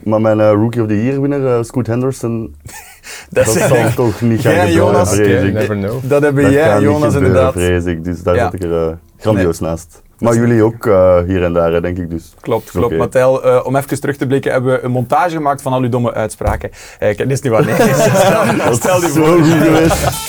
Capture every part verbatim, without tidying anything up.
maar mijn uh, Rookie of the Year winnaar, uh, Scoot Henderson, dat, dat zal toch niet gaan gebeuren, Jonas, vrees ik. Never know. Dat hebben jij, Jonas, inderdaad. Vrees ik, dus daar ja. zit ik er uh, grandioos nee. naast. Maar jullie ook uh, hier en daar, denk ik dus. Klopt, klopt. Okay. Maar Tijl, uh, om even terug te blikken, hebben we een montage gemaakt van al uw domme uitspraken. Uh, kijk, dit is niet waar, nee. stel, stel die voor. Zo goed geweest.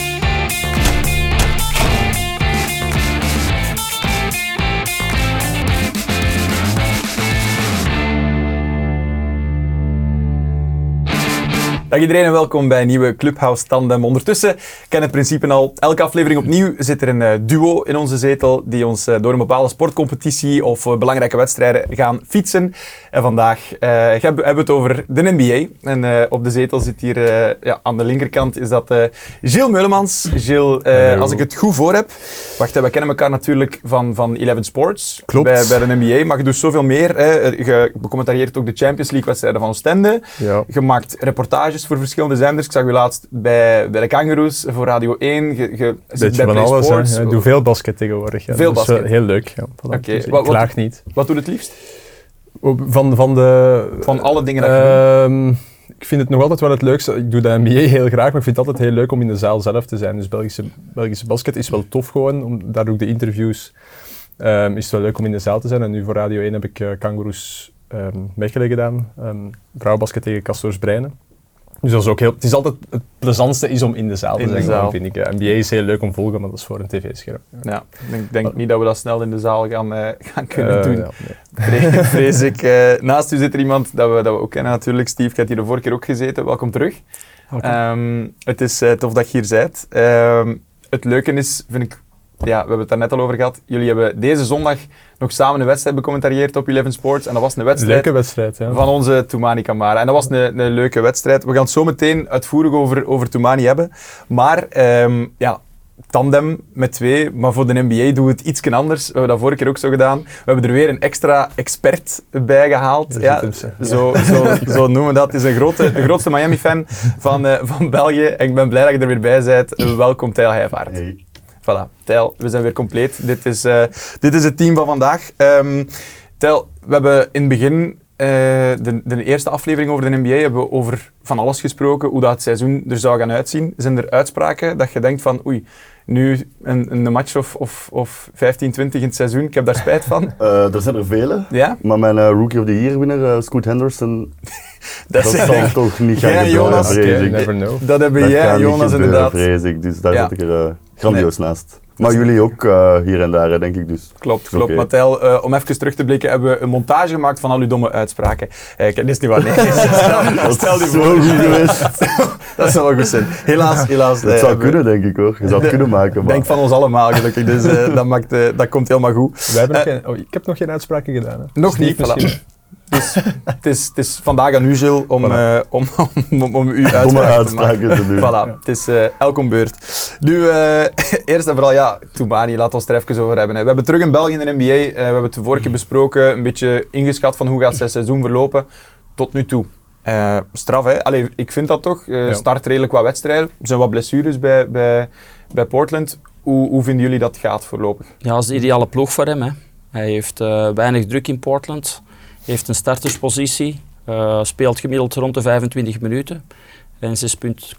Dag iedereen en welkom bij een nieuwe Clubhouse Tandem. Ondertussen ken het principe al. Elke aflevering opnieuw zit er een uh, duo in onze zetel die ons uh, door een bepaalde sportcompetitie of uh, belangrijke wedstrijden gaan fietsen. En vandaag uh, hebben we het over de N B A. En uh, op de zetel zit hier uh, ja, aan de linkerkant is dat uh, Gilles Meulemans. Gilles, uh, als ik het goed voor heb. Wacht, we kennen elkaar natuurlijk van, van Eleven Sports. Klopt. Bij, bij de N B A, maar je doet zoveel meer. Hè. Je becommentarieert ook de Champions League wedstrijden van Oostende. Ja. Je maakt reportages voor verschillende zenders. Ik zag u laatst bij, bij de Kangaroos voor Radio één. Je, je zit bij van Play alles, Sports. hè. Ik doe veel basket tegenwoordig. Ja. Veel dat basket? is heel leuk. Ja. Voilà. Okay. Dus ik wat, klaag wat, niet. Wat doe je het liefst? Van, van, de, van alle dingen dat je uh, doet? Ik vind het nog altijd wel het leukste. Ik doe de N B A heel graag, maar ik vind het altijd heel leuk om in de zaal zelf te zijn. Dus Belgische, Belgische basket is wel tof gewoon. Om, daar doe ik de interviews. Um, is het wel leuk om in de zaal te zijn. En nu voor Radio één heb ik uh, Kangaroos um, Mechelen gedaan. Um, vrouwenbasket tegen Castors Breinen. Dus dat is ook heel, het is altijd het plezantste is om in de zaal te zijn, gewoon, vind ik. N B A is heel leuk om volgen, maar dat is voor een tv-scherm. Ja, ja ik denk, denk uh, niet dat we dat snel in de zaal gaan, uh, gaan kunnen uh, doen. Ja, nee. Vrees, vrees ik. Uh, naast u zit er iemand dat we, dat we ook kennen natuurlijk. Steve, je hebt hier de vorige keer ook gezeten. Welkom terug. Um, het is uh, tof dat je hier bent. Um, het leuke is, vind ik, ja, we hebben het daar net al over gehad. Jullie hebben deze zondag nog samen een wedstrijd becommentarieerd op Eleven Sports. En dat was een wedstrijd, leuke wedstrijd ja. van onze Toumani Camara. En dat was een, een leuke wedstrijd. We gaan het zo meteen uitvoerig over, over Toumani hebben. Maar um, ja, tandem met twee. Maar voor de N B A doen we het iets anders. We hebben dat vorige keer ook zo gedaan. We hebben er weer een extra expert bij gehaald. Ja, zo, zo, zo noemen we dat. Het is een grote, de grootste Miami-fan van, uh, van België. En ik ben blij dat je er weer bij bent. Welkom, Tijl Heijvaart. Hey. Voilà, Tijl, we zijn weer compleet. Dit is, uh, dit is het team van vandaag. Um, Tijl, we hebben in het begin, uh, de, de eerste aflevering over de N B A, hebben we over van alles gesproken, hoe dat het seizoen er zou gaan uitzien. Zijn er uitspraken dat je denkt van, oei, nu een, een match of, of, of vijftien, twintig in het seizoen, ik heb daar spijt van? Uh, er zijn er vele, ja? maar mijn uh, Rookie of the Year winnaar, uh, Scoot Henderson, dat, dat zal toch niet gaan ja, gebeuren, Jonas, vrees okay, ik. never know. Dat hebben dat jij, Jonas, gebeuren, inderdaad. vrees ik, dus daar ja. zit ik er uh, grandioos nee. naast. Maar dus jullie ook uh, hier en daar, denk ik dus. Klopt, klopt. Okay. Maar Tijl, uh, om even terug te blikken, hebben we een montage gemaakt van al uw domme uitspraken. Uh, kijk, dit is niet waar, nee. stel, stel die voor. Zo goed geweest. Dat zou wel goed zijn. Helaas, helaas. Dat uh, zou kunnen, denk ik hoor. Je zou het kunnen maken. Ik denk van ons allemaal, gelukkig. Dus uh, dat, maakt, uh, dat komt helemaal goed. Wij hebben uh, nog geen, oh, ik heb nog geen uitspraken gedaan. Hè. Nog niet, voilà. Dus, het, is, het is vandaag aan u, Gilles, om, voilà. uh, om, om, om, om uw uitspraken, uitspraken te, te doen. Voilà, ja. Het is uh, elk om beurt. Nu, uh, eerst en vooral, ja, Toumani, laat ons er even over hebben. Hè. We hebben terug in België in de N B A, uh, we hebben het de vorige keer besproken, een beetje ingeschat van hoe gaat zijn seizoen verlopen. Tot nu toe. Uh, straf, hè? Allee, ik vind dat toch. Uh, ja. Start redelijk wat wedstrijden. Er zijn wat blessures bij, bij, bij Portland. Hoe, hoe vinden jullie dat het gaat voorlopig? Ja, dat is de ideale ploeg voor hem. Hè. Hij heeft uh, weinig druk in Portland. Heeft een starterspositie, uh, speelt gemiddeld rond de vijfentwintig minuten en zes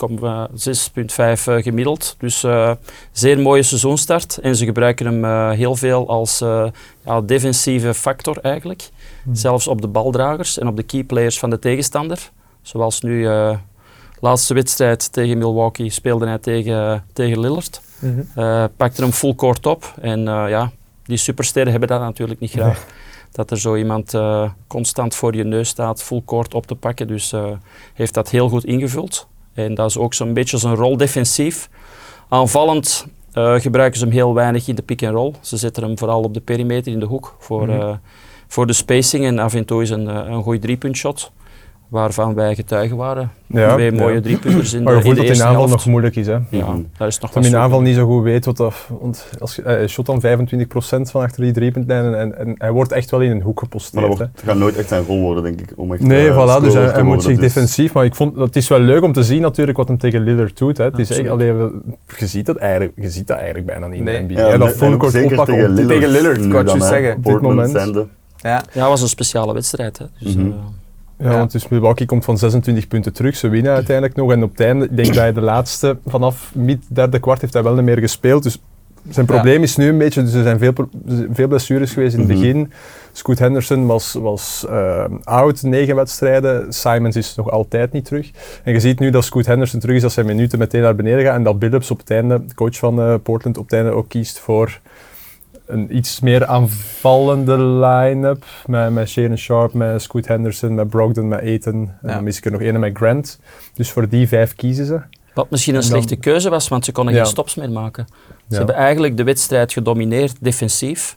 komma vijf uh, gemiddeld. Dus uh, zeer mooie seizoenstart en ze gebruiken hem uh, heel veel als uh, ja, defensieve factor eigenlijk. Mm. Zelfs op de baldragers en op de key players van de tegenstander. Zoals nu de uh, laatste wedstrijd tegen Milwaukee speelde hij tegen, uh, tegen Lillard. Mm-hmm. Uh, pakte hem full court op en uh, ja, die supersterren hebben dat natuurlijk niet graag. Nee. Dat er zo iemand uh, constant voor je neus staat, full court op te pakken. Dus uh, heeft dat heel goed ingevuld. En dat is ook zo'n beetje zijn rol defensief. Aanvallend uh, gebruiken ze hem heel weinig in de pick-and-roll. Ze zetten hem vooral op de perimeter in de hoek voor, mm-hmm. uh, voor de spacing. En af en toe is een, een goede driepuntshot. Waarvan wij getuigen waren. Ja, Twee mooie ja. driepunters in, maar je de, in voelt de dat eerste in aanval helft. nog moeilijk is. Hè? Ja, mm-hmm. dat is nog dat je in aanval niet zo goed weet wat dat... Want als je uh, shot dan vijfentwintig procent van achter die driepuntlijn en, en hij wordt echt wel in een hoek geposteerd. Maar dat wordt, het gaat nooit echt zijn rol worden, denk ik. Om echt, nee, uh, voilà, dus hij, hij moet zich dus. defensief... Maar ik vond, het is wel leuk om te zien natuurlijk wat hem tegen Lillard doet. Hè. Het is echt, allee, je, ziet dat eigenlijk, je ziet dat eigenlijk bijna niet nee. in de N B A. Ja, ja, dat nee, full court oppakken tegen op, Lillard, tegen Lillard, kan je zeggen. Op dit moment. Ja. ja, het was een speciale wedstrijd. Hè. Dus, mm-hmm. uh, Ja, Ja. want dus Milwaukee komt van zesentwintig punten terug, ze winnen uiteindelijk nog. En op het einde, ik denk dat hij de laatste, vanaf mid-derde kwart heeft hij wel niet meer gespeeld. Dus zijn probleem Ja. is nu een beetje, dus er zijn veel, pro- veel blessures geweest in het Mhm. begin. Scoot Henderson was, was uh, oud, negen wedstrijden. Simons is nog altijd niet terug. En je ziet nu dat Scoot Henderson terug is, dat zijn minuten meteen naar beneden gaan. En dat Billups op het einde, de coach van uh, Portland, op het einde ook kiest voor een iets meer aanvallende line-up. Met, met Shaedon Sharpe, met Scoot Henderson, met Brogdon, met Ayton. En Ja. dan mis ik er nog één met Grant. Dus voor die vijf kiezen ze. Wat misschien een En dan- slechte keuze was, want ze konden Ja. geen stops meer maken. Ze Ja. hebben eigenlijk de wedstrijd gedomineerd defensief.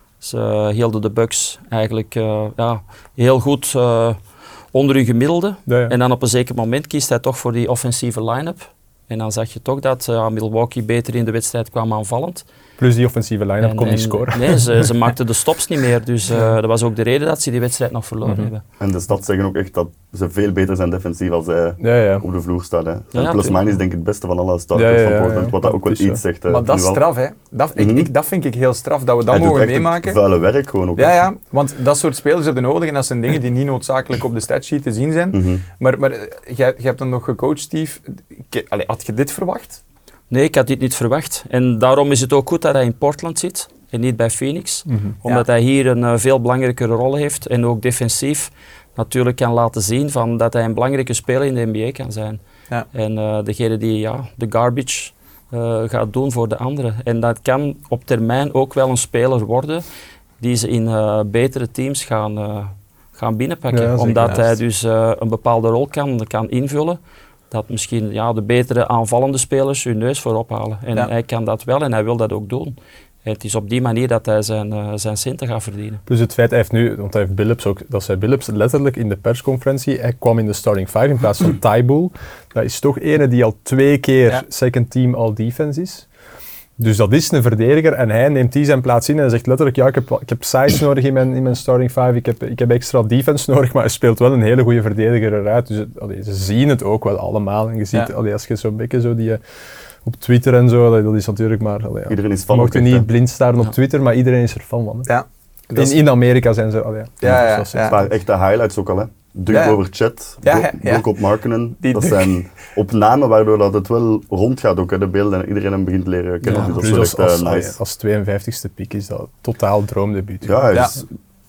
Ze hielden de Bucks eigenlijk uh, ja, heel goed uh, onder hun gemiddelde. Ja, ja. En dan op een zeker moment kiest hij toch voor die offensieve line-up. En dan zag je toch dat uh, Milwaukee beter in de wedstrijd kwam aanvallend. Plus die offensieve line-up En- kon niet en- scoren. Nee, ze, ze maakten de stops niet meer. Dus uh, dat was ook de reden dat ze die wedstrijd nog verloren Mhm. hebben. En de stats zeggen ook echt dat ze veel beter zijn defensief als zij Ja, ja. op de vloer staan. Hè. En ja, plus tuurlijk. is denk ik het beste van alle starters Ja, ja, ja, van Portland, ja. wat dat ook wel Het is iets zo. zegt. hè. Maar dat is Nu wel. straf, hè. Dat, ik, Mhm. ik, dat vind ik heel straf, dat we dat Hij doet mogen echt het meemaken. vuile werk gewoon ook. Ja, hè. ja, want dat soort spelers hebben nodig en dat zijn dingen die niet noodzakelijk op de statsheet te zien zijn. Mhm. Maar, maar eh, jij, jij hebt hem nog gecoacht, Steve. Ik- allee, had je dit verwacht? Nee, ik had dit niet verwacht. En daarom is het ook goed dat hij in Portland zit en niet bij Phoenix. Mhm. Omdat hij hier een uh, veel belangrijkere rol heeft en ook defensief natuurlijk kan laten zien van dat hij een belangrijke speler in de N B A kan zijn. Ja. En uh, degene die ja, de garbage uh, gaat doen voor de anderen. En dat kan op termijn ook wel een speler worden die ze in uh, betere teams gaan, uh, gaan binnenpakken. Ja, zeker. Omdat hij Juist. dus uh, een bepaalde rol kan, kan invullen. Dat misschien ja, de betere aanvallende spelers hun neus voorop halen. En Ja. hij kan dat wel en hij wil dat ook doen. En het is op die manier dat hij zijn, uh, zijn centen gaat verdienen. Plus het feit, hij heeft nu, want hij heeft Billups ook, dat zei Billups letterlijk in de persconferentie, hij kwam in de starting five in plaats van Thybulle. Dat is toch ene die al twee keer Ja. second team all-defense is. Dus dat is een verdediger en hij neemt die zijn plaats in en hij zegt letterlijk, ja, ik heb, ik heb size nodig in mijn, in mijn starting five, ik heb, ik heb extra defense nodig, maar hij speelt wel een hele goede verdediger eruit. Dus het, allee, ze zien het ook wel allemaal. En je ziet, Ja. allee, als je zo'n beetje zo die... eh, op Twitter en zo, allee, dat is natuurlijk maar... Allee, ja. Iedereen is Je fan. mocht ook je echt, hè. niet blind staren op Ja. Twitter, maar iedereen is er fan van. Hè. Ja. Dat In, is- in Amerika zijn ze... Allee, Ja, ja, dat is- ja. Een paar echte highlights ook al. Hè. Dunk Ja, ja. over chat, Ja, Bro- ja, ja. Brook op Markkinen. Die Dat dunk. zijn opnamen waardoor dat het wel rondgaat ook, hè, de beelden. En iedereen hem begint te leren kennen. Ja. Dus dat Plus is wel als, echt eh, als, allee, nice. als tweeënvijftigste pick is dat totaal droomdebuut. Ja, hij Ja. is,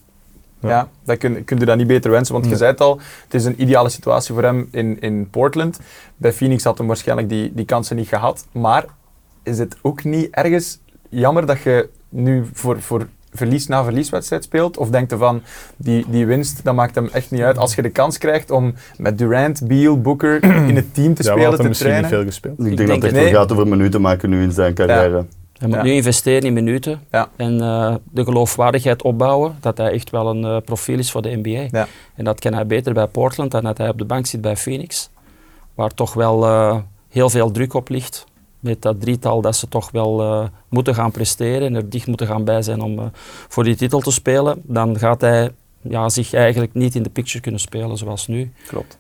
Ja, Ja. dat kun, kun je dat niet beter wensen, want je Nee. zei het al, het is een ideale situatie voor hem in, in Portland. Bij Phoenix had hij waarschijnlijk die, die kansen niet gehad, maar is het ook niet ergens jammer dat je nu voor, voor verlies na verlieswedstrijd speelt? Of denkt je van, die, die winst, dat maakt hem echt niet uit als je de kans krijgt om met Durant, Beal, Booker in het team te Ja, we spelen, hadden te misschien niet trainen? veel gespeeld. ik denk, denk dat het echt het- wel nee. gaat over minuten maken nu in zijn carrière. Hij moet Ja. nu investeren in minuten Ja. en uh, de geloofwaardigheid opbouwen dat hij echt wel een uh, profiel is voor de N B A. Ja. En dat kan hij beter bij Portland dan dat hij op de bank zit bij Phoenix, waar toch wel uh, heel veel druk op ligt. Met dat drietal dat ze toch wel uh, moeten gaan presteren en er dicht moeten gaan bij zijn om uh, voor die titel te spelen. Dan gaat hij ja, zich eigenlijk niet in de picture kunnen spelen zoals nu. Klopt.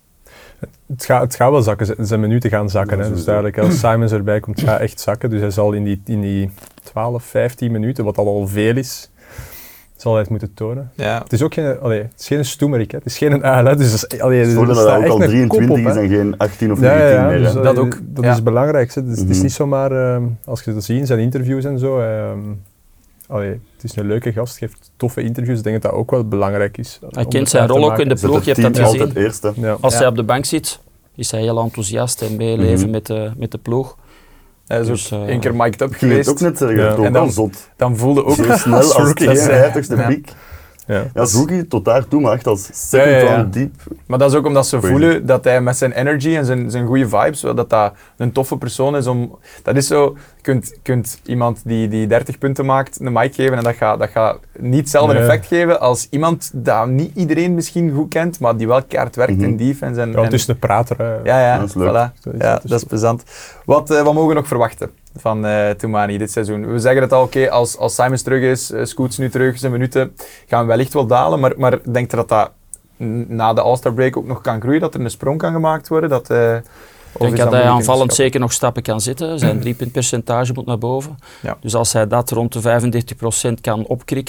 Het gaat, het gaat wel zakken, Z- zijn minuten gaan zakken. Ja, Hè. Dus sowieso. duidelijk, als Simons erbij komt, het gaat echt zakken. Dus hij zal in die, in die twaalf, vijftien minuten, wat al al veel is, zal hij het moeten tonen. Ja. Het is ook geen, allee, het is geen stoemerik, hè. Het is geen A L, hè. Dus dat is, allee, Het er voordeel dat staat hij ook echt al een drieëntwintig kop op, is hè. en geen achttien of Ja, ja, negentien ja, meer. dus hè. Dat dat, ook, dat ja. is het belangrijkste. Dus Het is Mhm. niet zomaar, uh, als je dat ziet in zijn interviews en zo, ehm, allee, het is een leuke gast, geeft toffe interviews. Ik denk dat dat ook wel belangrijk is. Hij om kent het zijn uit te rol ook maken. in de Zet ploeg, het je hebt team dat gezien. altijd eerste. Ja. Als Ja. hij op de bank zit, is hij heel enthousiast en meeleven Mhm. met, de, met de ploeg. Hij is Dus, ook uh, één keer mic'd up Ik ging het geweest. ook net zeggen, Ja. het is ook En wel dan- zot. Dan voelde ook Zo snel als rookie, dat is, eh, tweeënvijftigste ja. pick. Ja. Ja, als rookie tot daar toe, maar echt als second Ja, ja, ja. round deep. Maar dat is ook omdat ze Crazy. voelen dat hij met zijn energy en zijn, zijn goede vibes, dat dat een toffe persoon is om... Dat is zo, je kunt, kunt iemand die, die dertig punten maakt een mic geven en dat gaat, dat gaat niet hetzelfde Nee. effect geven als iemand dat niet iedereen misschien goed kent, maar die wel keihard werkt Mhm. in defense. En, Ja, en- het is een prater. Hè. ja, ja, Dat is leuk. voilà. Dat is- Ja, dat is dat is plezant. Wat, eh, wat mogen we nog verwachten van eh Toumani dit seizoen? We zeggen het al, oké, als, als Simons terug is, uh, Scoots nu terug, zijn minuten gaan we wellicht wel dalen, maar, maar denk je dat dat n- na de All-Star break ook nog kan groeien, dat er een sprong kan gemaakt worden? Dat, eh, of Ik is denk dat hij moeilijk in te aanvallend schatten? zeker nog stappen kan zetten. Zijn driepuntpercentage moet naar boven. Ja. Dus als hij dat rond de vijfendertig procent kan opkrikken,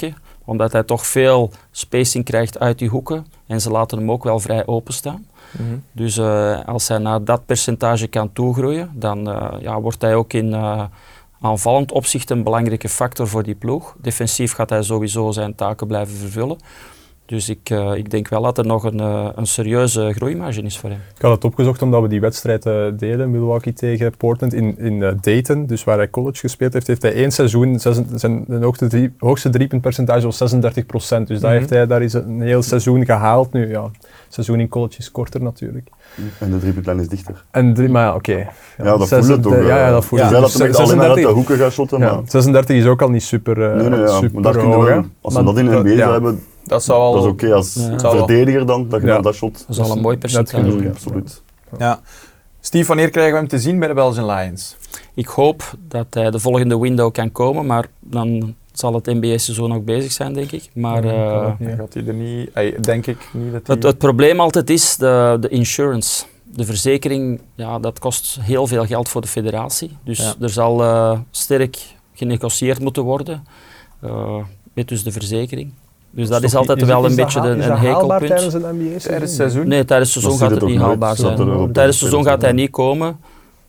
omdat hij toch veel spacing krijgt uit die hoeken en ze laten hem ook wel vrij openstaan. Mm-hmm. Dus uh, als hij naar dat percentage kan toegroeien, dan uh, ja, wordt hij ook in uh, aanvallend opzicht een belangrijke factor voor die ploeg. Defensief gaat hij sowieso zijn taken blijven vervullen. Dus ik, uh, ik denk wel dat er nog een, uh, een serieuze groeimarge is voor hem. Ik had het opgezocht omdat we die wedstrijd uh, deden, Milwaukee tegen Portland, in, in uh, Dayton, dus waar hij college gespeeld heeft, heeft hij één seizoen, zes, zijn de hoogste, drie, hoogste driepuntpercentage was zesendertig procent. Dus mm-hmm. daar heeft hij daar is een heel seizoen gehaald. Nu, ja, seizoen in college is korter natuurlijk. En de driepuntlijn is dichter. En drie, maar ja, oké. Okay. Ja, ja, dat voel je toch. Ja, ja, dat voel je. Ja, dat hij alleen maar uit de hoeken gaat shotten. Ja, zesendertig is ook al niet super, uh, nee, nee, ja. super maar hoog. Wel, als we dat in de N B A ja. hebben, dat, zou al, dat is oké okay als ja. verdediger dan, dat je ja. dat shot. Dat is al een mooi percentage. Ja, absoluut. Ja. Steve, wanneer krijgen we hem te zien bij de Belgian Lions? Ik hoop dat hij de volgende window kan komen, maar dan zal het N B A-seizoen ook bezig zijn, denk ik. Maar ja, uh, ja. gaat hij er niet, ay, denk ik niet dat hij... het, het probleem altijd is de, de insurance. De verzekering, ja, dat kost heel veel geld voor de federatie. Dus ja. er zal uh, sterk genegocieerd moeten worden uh, met dus de verzekering. Dus dat is, is altijd is, wel is een beetje ha- een, een hekelpunt. Tijdens het N B A-seizoen? Tijdens het seizoen? Nee, tijdens het seizoen gaat het niet haalbaar zijn. Tijdens het seizoen gaat hij niet komen.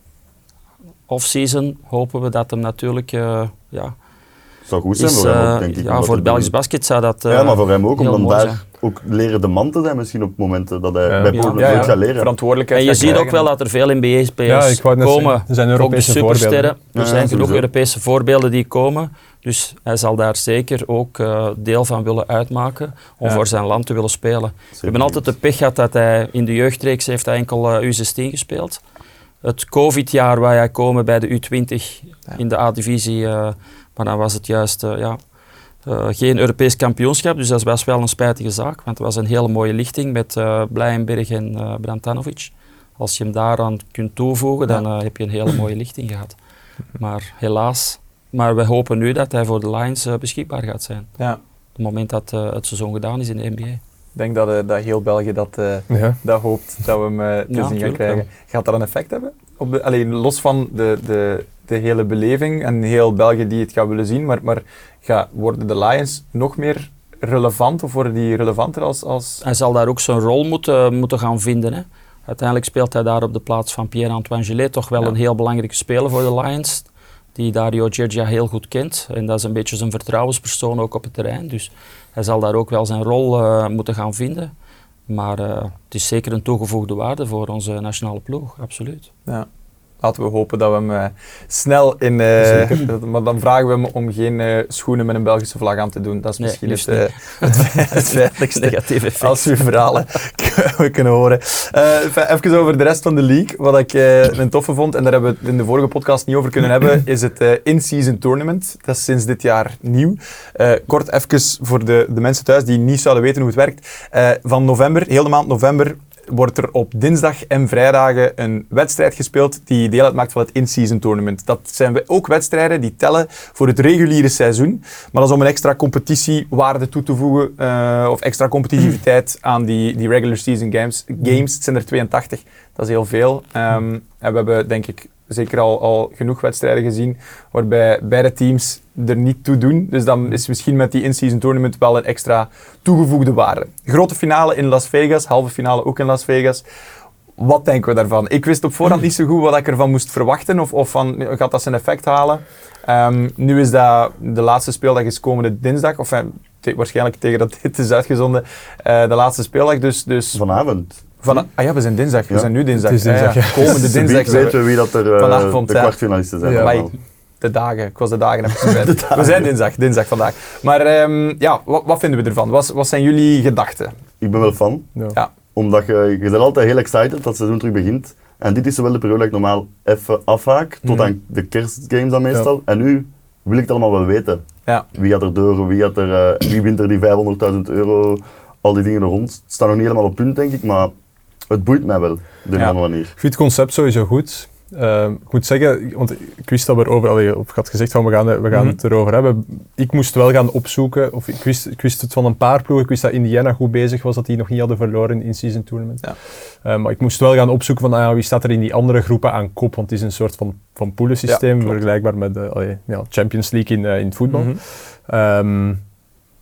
Off-season hopen we dat hem natuurlijk... Uh, ja, zou goed zijn is, voor hem ook, uh, denk ik. Ja, voor het Belgisch basket zou dat uh, ja, maar voor hem ook, om dan daar zijn. ook leren de man te zijn misschien op momenten dat hij ja. bij Portland ja, ja. gaat leren. Verantwoordelijkheid. En je ziet ook wel dat er veel N B A-spelers ja, komen. Er zijn Europese ook de supersterren. voorbeelden. Er zijn ja, genoeg sowieso. Europese voorbeelden die komen. Dus hij zal daar zeker ook uh, deel van willen uitmaken om ja. voor zijn land te willen spelen. Zeker. We hebben altijd de pech gehad dat hij in de jeugdreeks heeft hij enkel uh, U zestien gespeeld. Het COVID-jaar waar hij komen bij de U twintig ja. in de A-divisie, uh, maar dan was het juist uh, ja, uh, geen Europees kampioenschap. Dus dat was wel een spijtige zaak, want het was een hele mooie lichting met uh, Blijenberg en uh, Brantanovic. Als je hem daaraan kunt toevoegen, dan uh, heb je een hele mooie lichting gehad. Maar helaas... Maar we hopen nu dat hij voor de Lions uh, beschikbaar gaat zijn. Ja. Op het moment dat uh, het seizoen gedaan is in de N B A. Ik denk dat, uh, dat heel België dat, uh, ja. dat hoopt, dat we hem uh, te ja, zien gaan krijgen. Wel. Gaat dat een effect hebben? Op de, alleen los van de, de, de hele beleving en heel België die het gaat willen zien, maar, maar ga, worden de Lions nog meer relevant of worden die relevanter als... als... Hij zal daar ook zijn rol moeten, moeten gaan vinden. Hè. Uiteindelijk speelt hij daar op de plaats van Pierre-Antoine Gillet toch wel ja. een heel belangrijke speler voor de Lions. Die Dario Gergia heel goed kent. En dat is een beetje zijn vertrouwenspersoon ook op het terrein. Dus hij zal daar ook wel zijn rol uh, moeten gaan vinden. Maar uh, het is zeker een toegevoegde waarde voor onze nationale ploeg, absoluut. Ja. Laten we hopen dat we hem uh, snel in... Uh, maar dan vragen we hem om geen uh, schoenen met een Belgische vlag aan te doen. Dat is nee, misschien het, uh, het, het veiligste negatieve effect. Als we verhalen we kunnen horen. Uh, even over de rest van de league. Wat ik uh, een toffe vond, en daar hebben we het in de vorige podcast niet over kunnen hebben, is het uh, in-season tournament. Dat is sinds dit jaar nieuw. Uh, kort even voor de, de mensen thuis die niet zouden weten hoe het werkt. Uh, van november, heel de maand november, wordt er op dinsdag en vrijdagen een wedstrijd gespeeld die deel uitmaakt van het in-season tournament. Dat zijn ook wedstrijden die tellen voor het reguliere seizoen, maar dat is om een extra competitiewaarde toe te voegen uh, of extra competitiviteit aan die, die regular season games. games. Het zijn er tweeëntachtig, dat is heel veel. Um, en we hebben denk ik zeker al, al genoeg wedstrijden gezien waarbij beide teams er niet toe doen. Dus dan is misschien met die in-season tournament wel een extra toegevoegde waarde. Grote finale in Las Vegas, halve finale ook in Las Vegas. Wat denken we daarvan? Ik wist op voorhand niet zo goed wat ik ervan moest verwachten of, of van, gaat dat zijn effect halen. Um, nu is dat, de laatste speeldag is komende dinsdag, of uh, te, waarschijnlijk tegen dat dit is uitgezonden, uh, de laatste speeldag. Dus, dus Vanavond. Van, ah ja, we zijn dinsdag. We ja. zijn nu dinsdag. Het is dinsdag, ja, ja. Komende dinsdag. weten we wie dat er uh, Vanavond, de ja. kwartfinalisten zijn. Ja. Maar de dagen. Ik was de dagen even kwijt. We zijn dinsdag. Dinsdag vandaag. Maar um, ja, wat, wat vinden we ervan? Wat, wat zijn jullie gedachten? Ik ben wel fan. Ja. Ja. Omdat je, je bent altijd heel excited dat het seizoen terug begint. En dit is wel de periode dat ik normaal even afhaak, tot Mhm. aan de kerstgames dan meestal. Ja. En nu wil ik het allemaal wel weten. Ja. Wie gaat er door, wie, gaat er, uh, wie wint er die vijfhonderdduizend euro, al die dingen er rond. Het staat nog niet helemaal op punt, denk ik, maar het boeit mij wel, op de een Ja. of andere manier. Ik vind het concept sowieso goed. Uh, ik moet zeggen, want ik wist dat we erover, allee, of ik had gezegd van we gaan, we gaan Mm-hmm. het erover hebben. Ik moest wel gaan opzoeken, of ik wist, ik wist het van een paar ploegen. Ik wist dat Indiana goed bezig was, dat die nog niet hadden verloren in season tournament. Ja. Uh, maar ik moest wel gaan opzoeken van ah, wie staat er in die andere groepen aan kop, want het is een soort van, van poelensysteem, Ja, vergelijkbaar met de allee, ja, Champions League in, uh, in het voetbal. Mm-hmm. Um,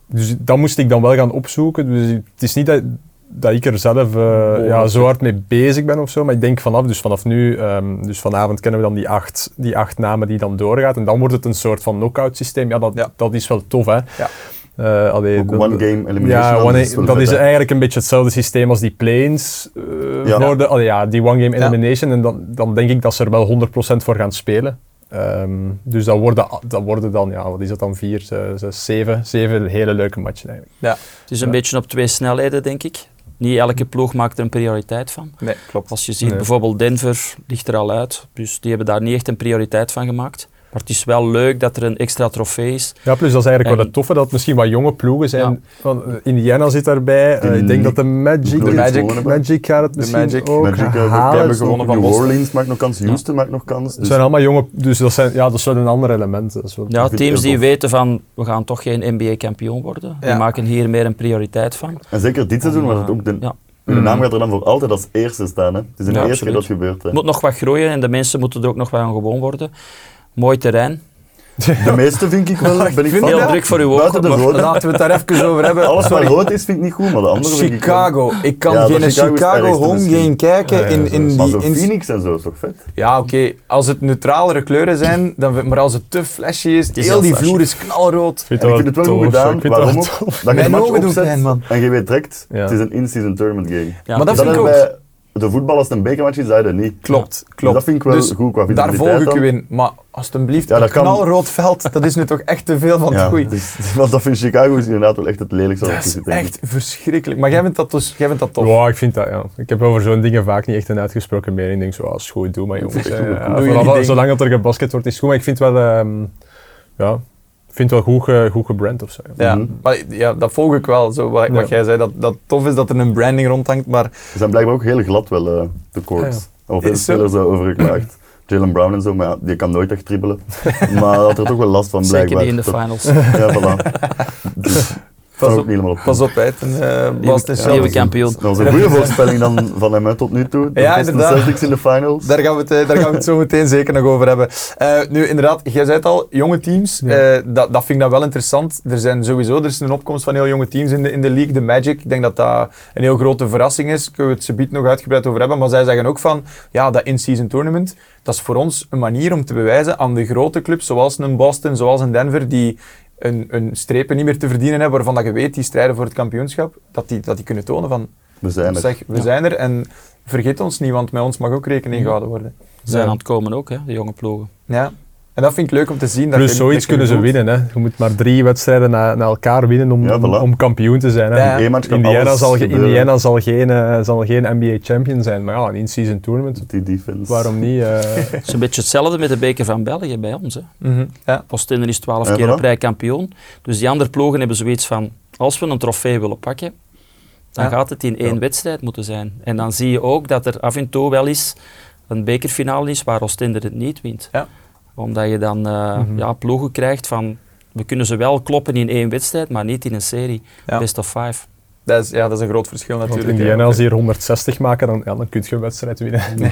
dus dat moest ik dan wel gaan opzoeken. Dus het is niet dat, dat ik er zelf uh, ja, zo hard mee bezig ben of zo, maar ik denk vanaf, dus vanaf nu, um, dus vanavond kennen we dan die acht, die acht namen die dan doorgaat en dan wordt het een soort van knock-out systeem. Ja, dat, ja. dat is wel tof, hè. Ja. Uh, allee, Ook one game elimination. Ja, one, is dat is eigenlijk een beetje hetzelfde systeem als die play-ins uh, ja. voor de, allee, ja, die one game elimination. Ja. En dan, dan denk ik dat ze er wel honderd procent voor gaan spelen. Um, dus dat worden, dat worden dan, ja, wat is dat dan, vier, zes, zeven, zeven hele leuke matchen eigenlijk. Ja. Het is een ja. beetje op twee snelheden, denk ik. Niet elke ploeg maakt er een prioriteit van. Nee, klopt. Als je ziet, nee. bijvoorbeeld Denver ligt er al uit, dus die hebben daar niet echt een prioriteit van gemaakt. Maar het is wel leuk dat er een extra trofee is. Ja, plus dat is eigenlijk en, wel het toffe, dat het misschien wat jonge ploegen zijn. Ja. Van, uh, Indiana zit daarbij, uh, ik denk dat de Magic, de Magic, Magic gaat het misschien Magic, ook Magic, uh, halen. hebben gewonnen van New Orleans maakt nog kans, Houston ja. maakt nog kans. Dus. Het zijn allemaal jonge, dus dat, zijn, ja, dat is wel een ander element. Dat is wel, ja, teams die weten van, we gaan toch geen N B A-kampioen worden. Ja. Die maken hier meer een prioriteit van. En zeker dit seizoen was het ook de... Ja. De naam gaat er dan voor altijd als eerste staan. Hè. Het is de ja, eerste keer dat gebeurt. Het moet nog wat groeien en de mensen moeten er ook nog wel aan gewoon worden. Mooi terrein. De meeste vind ik wel. Ben ik vind van, heel druk voor u ook. Laten we het daar even over hebben. Alles wat rood is vind ik niet goed, maar de andere Chicago. Vind ik, ik kan ja, geen Chicago, Chicago home game kijken ja, ja, in, in maar die... zo in Phoenix en zo is toch vet? Ja, oké. Okay. Als het neutralere kleuren zijn, dan, maar als het te flashy is, is heel die flashy. vloer is knalrood. Ik vind het wel goed gedaan. Waarom ook? Dat je een match opzet man. en je weet direct, ja. het is een in-season tournament game. Ja. Maar dat, dat vind ik ook... Bij de voetbal als het een bekermatch is, zei dat niet. Klopt, klopt. Dus dat vind ik wel dus goed qua daar volg ik u in. Maar alsjeblieft, ja, een knalrood veld, dat is nu toch echt te veel van ja, het goeie. Dus, want dat vind Chicago is inderdaad wel echt het lelijkste. Dat is echt verschrikkelijk. Maar jij vindt dat, dus, jij vindt dat tof? Ja, ik vind dat, ja. Ik heb over zo'n dingen vaak niet echt een uitgesproken mening. Ik denk zo, als goed, doe maar jongens. Ja, ja, vooral, zolang dat er gebasket wordt, is het goed. Maar ik vind wel, um, ja... Ik vind het wel goed, ge, goed gebrand of zo. Ja, mm-hmm. maar, ja, dat volg ik wel. Zo, wat, ja. wat jij zei, dat, dat tof is dat er een branding rondhangt, maar... Ze zijn blijkbaar ook heel glad wel, uh, de courts. Ja, ja. Of veel spelers uh, over geklaagd. Jalen Brown en zo, maar ja, die kan nooit echt dribbelen. Maar had er toch wel last van, blijkbaar. Zeker niet in de finals. Ja, voilà. Dus, Pas op, op, pas op, hè. Ten, uh, Boston ja, nieuwe kampioen. Dat was een goede voorspelling dan van hem tot nu toe. De ja, inderdaad. Celtics in de finals. Daar gaan, we het, daar gaan we het zo meteen zeker nog over hebben. Uh, nu, inderdaad, jij zei het al, jonge teams, ja. uh, dat, dat vind ik dan wel interessant. Er zijn sowieso, er is een opkomst van heel jonge teams in de, in de league, de Magic. Ik denk dat dat een heel grote verrassing is. Kunnen we het subiet nog uitgebreid over hebben. Maar zij zeggen ook van, ja, dat in-season tournament, dat is voor ons een manier om te bewijzen aan de grote clubs, zoals een Boston, zoals een Denver, die... Een, een strepen niet meer te verdienen hebben waarvan dat je weet die strijden voor het kampioenschap, dat die, dat die kunnen tonen van we zijn er. Zeg, we ja. zijn er en vergeet ons niet, want met ons mag ook rekening gehouden worden. Ze zijn ja. aan het komen ook, hè, de jonge ploegen. Ja, en dat vind ik leuk om te zien. Plus dat zoiets kunnen ze winnen. Hè. Je moet maar drie wedstrijden na, na elkaar winnen om, ja, voilà. om, om kampioen te zijn. Hè. Ja. Indiana, zal, Indiana zal, geen, uh, zal geen N B A champion zijn, maar ja, een in-season tournament, die defense. Waarom niet? Uh... Het is een beetje hetzelfde met de beker van België bij ons. Hè. Mm-hmm. Ja. Oostende is twaalf ja, keer voilà. op rij kampioen. Dus die andere ploegen hebben zoiets van, als we een trofee willen pakken, dan ja. gaat het in één ja. wedstrijd moeten zijn. En dan zie je ook dat er af en toe wel eens een bekerfinale is waar Oostende het niet wint. Ja. Omdat je dan uh, mm-hmm. ja, ploegen krijgt van, we kunnen ze wel kloppen in één wedstrijd, maar niet in een serie. Ja. Best of five. Dat is, ja, dat is een groot verschil natuurlijk. Want Indiana, als die er honderdzestig maken, dan, ja, dan kun je een wedstrijd winnen. Nee.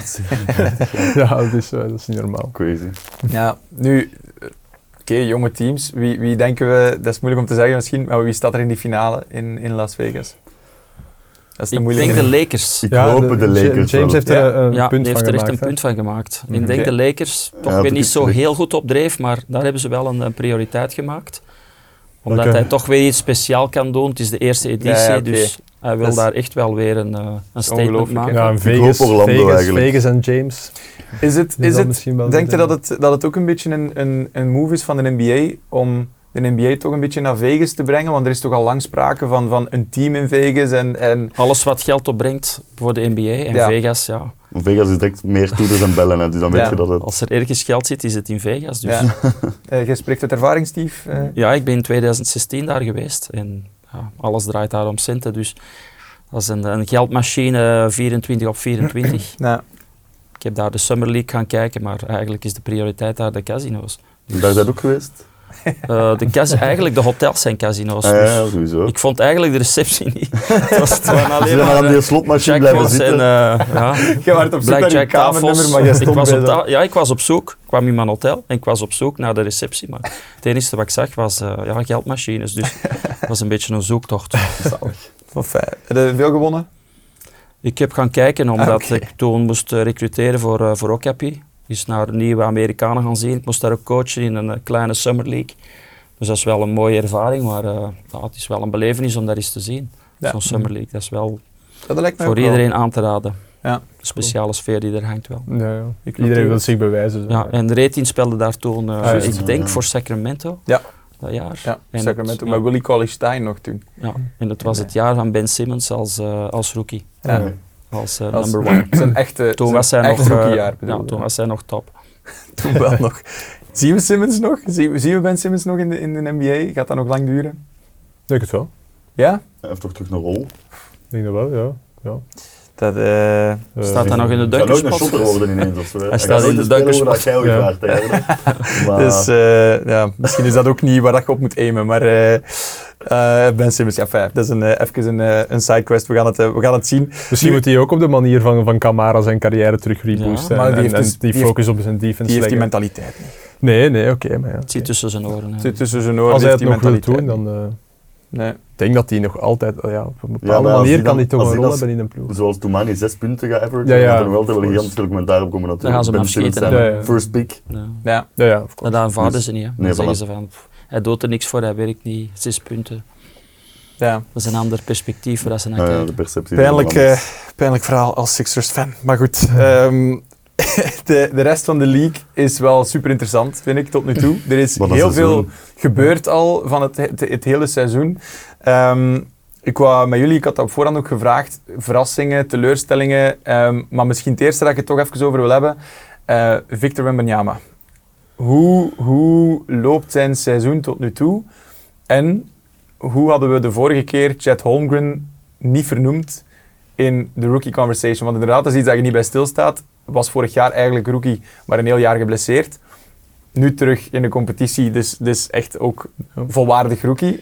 ja, dat is, uh, dat is niet normaal. Crazy. Ja, nu, oké, okay, jonge teams. Wie, wie denken we, dat is moeilijk om te zeggen misschien, maar wie staat er in die finale in, in Las Vegas? Dat is ik denk de Lakers. Ik ja, hoop de, de Lakers. James heeft er een ja, punt heeft van er gemaakt. echt een punt van gemaakt. Mm-hmm. Ik denk okay. de Lakers, toch ja, weer niet zo licht. heel goed op dreef, maar daar hebben ze wel een, een prioriteit gemaakt. Omdat okay. hij toch weer iets speciaal kan doen. Het is de eerste editie, ja, ja, okay. dus hij wil daar echt wel weer een, uh, een statement maken. Ja, en Vegas, Vegas, Vegas en James. Is het, is het, denk je dat het, dat het ook een beetje een, een, een move is van de N B A om de N B A toch een beetje naar Vegas te brengen? Want er is toch al lang sprake van, van een team in Vegas en, en... Alles wat geld opbrengt voor de N B A en ja. Vegas, ja. Vegas is direct meer toeters en bellen, hè, dus dan ja. weet je dat het... Als er ergens geld zit, is het in Vegas. Dus. Ja. uh, jij spreekt uit ervaring, Steve? Uh. Ja, ik ben in twintig zestien daar geweest en ja, alles draait daar om centen, dus dat is een, een geldmachine vierentwintig op vierentwintig. Ja. Ik heb daar de Summer League gaan kijken, maar eigenlijk is de prioriteit daar de casino's. Dus daar zijn ook geweest? Uh, de cas- eigenlijk de hotels zijn casino's. Ah, Dus ja, sowieso. ik vond eigenlijk de receptie niet. Het was gewoon Ze alleen zijn maar aan maar die uh, slotmachine blijven jackpots en zitten. uh, ja, Je was op zoek naar je blackjack kamernummer, tafels. maar je Ik stond was bij op de... ta- ja, ik was op zoek. Ik kwam in mijn hotel en ik was op zoek naar de receptie. Maar het enige wat ik zag was uh, ja, geldmachines. Dus het was een beetje een zoektocht. Wat fijn. Heb je veel gewonnen? Ik heb gaan kijken omdat Ah, okay. ik toen moest uh, recruteren voor, uh, voor Okapi. Dus naar nieuwe Amerikanen gaan zien. Ik moest daar ook coachen in een uh, kleine Summer League. Dus dat is wel een mooie ervaring, maar uh, ja, het is wel een belevenis om daar eens te zien. Ja. Zo'n Summer League, dat is wel Dat lijkt me voor ook wel. iedereen aan te raden. Ja. De speciale sfeer die er hangt wel. Ja, ja. Ik Iedereen wil zich bewijzen. Zo. Ja, en Rating speelde daar toen, uh, Ah, ja. ik denk Ja. voor Sacramento, Ja. dat jaar. Ja, En Sacramento, het- met ja. Willie Cauley-Stein nog toen. Ja, en het was het jaar van Ben Simmons als, uh, als rookie, Ja. Nee. als uh, Als- number one. Zijn echte, Toen zijn was hij echt nog, uh, rookiejaar, bedoel ja, je? toen was hij nog top. Toen wel nog. Zien we Simmons nog? Zien we, zien we Ben Simmons nog in de, in de N B A? Gaat dat nog lang duren? Ik denk het wel. Ja? Hij heeft toch terug een rol? Ik denk dat wel, ja. ja. Dat, uh, Eh, Staat hij nog in de Hij gaat nooit een dunkerspot? shotter worden ineens of zo. hè. Hij gaat staat in nooit de spelen worden dat jij ooit Ja. waard eigenlijk. Maar Dus uh, ja, misschien is dat ook niet waar dat je op moet aimen, maar uh, uh, Ben Simmons, ja, fijn. Dat is een, uh, even een, uh, een sidequest, we gaan het, uh, we gaan het zien. Misschien moet hij ook op de manier van, van Kamara zijn carrière terug reboosten. Ja, maar en, die heeft en dus- die die focus op zijn defense Die heeft die leggen. mentaliteit niet. Nee, nee, oké. Okay, maar ja. Het zit tussen zijn oren. hè. Zit tussen zijn oren, Als hij het heeft die nog wil mentaliteit doen, niet. dan... uh, Nee. ik denk dat hij nog altijd... uh, ja, op een bepaalde Ja, maar als manier die kan dan- hij toch als een die rol dan- hebben in een ploeg. zoals Toumani zes punten gaat averagen, Ja, ja, dan gaat er nog wel of wel course. gigantisch veel commentaar op komen natuurlijk. Dan gaan ze hem Ben Simmons afschieten, zijn hè. Ja, ja. first pick. Ja. Ja. Ja, ja, of Maar course. dat aanvaarden Dus- ze niet. Hè. Dan nee, zeggen voilà. ze van, pff, hij doet er niks voor, hij werkt niet, zes punten. Ja. Dat is een ander perspectief waar ze naar Ja, ja, kijken. de perceptie. Pijnlijk, is wel anders. uh, pijnlijk verhaal als Sixers-fan. Maar goed, um, de, de rest van de league is wel super interessant, vind ik, tot nu toe. Er is Wat een heel veel seizoen. gebeurd al van het, het, het hele seizoen. Um, ik wou met jullie, ik had dat op voorhand ook gevraagd, verrassingen, teleurstellingen. Um, maar misschien het eerste dat ik het toch even over wil hebben. Uh, Victor Wembanyama. Hoe, hoe loopt zijn seizoen tot nu toe? En hoe hadden we de vorige keer Chet Holmgren niet vernoemd in de rookie conversation? Want inderdaad, dat is iets dat je niet bij stilstaat. Was vorig jaar eigenlijk rookie, maar een heel jaar geblesseerd. Nu terug in de competitie, dus, dus echt ook volwaardig rookie.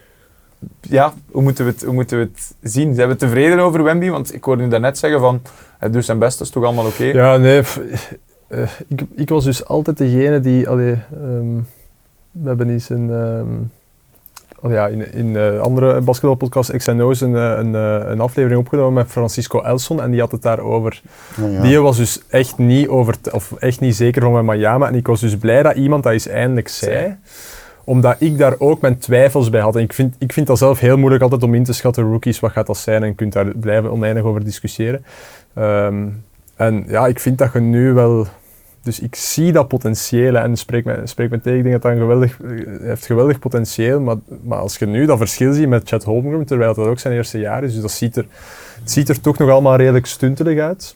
Ja, hoe moeten, we het, hoe moeten we het zien? Zijn we tevreden over Wemby? Want ik hoorde u daarnet zeggen van, hij doet zijn best, dat is toch allemaal oké? Ja, nee. F, uh, ik, ik was dus altijd degene die... Allee, um, we hebben eens een... Um, oh ja, in in uh, andere basketbalpodcast X en O's een, een, een aflevering opgenomen met Francisco Elson en die had het daarover. Ja, ja. Die was dus echt niet, over, of echt niet zeker van Wembanyama en ik was dus blij dat iemand dat eens eindelijk zei. Omdat ik daar ook mijn twijfels bij had. En ik vind, ik vind dat zelf heel moeilijk altijd om in te schatten, rookies, wat gaat dat zijn? En je kunt daar blijven oneindig over discussiëren. Um, en ja, ik vind dat je nu wel... Dus ik zie dat potentieel en spreek me, spreek me tegen. Ik denk dat dat een geweldig, heeft geweldig potentieel. Maar, maar als je nu dat verschil ziet met Chet Holmgren, terwijl dat ook zijn eerste jaar is, dus dat ziet er, het ziet er toch nog allemaal redelijk stuntelig uit.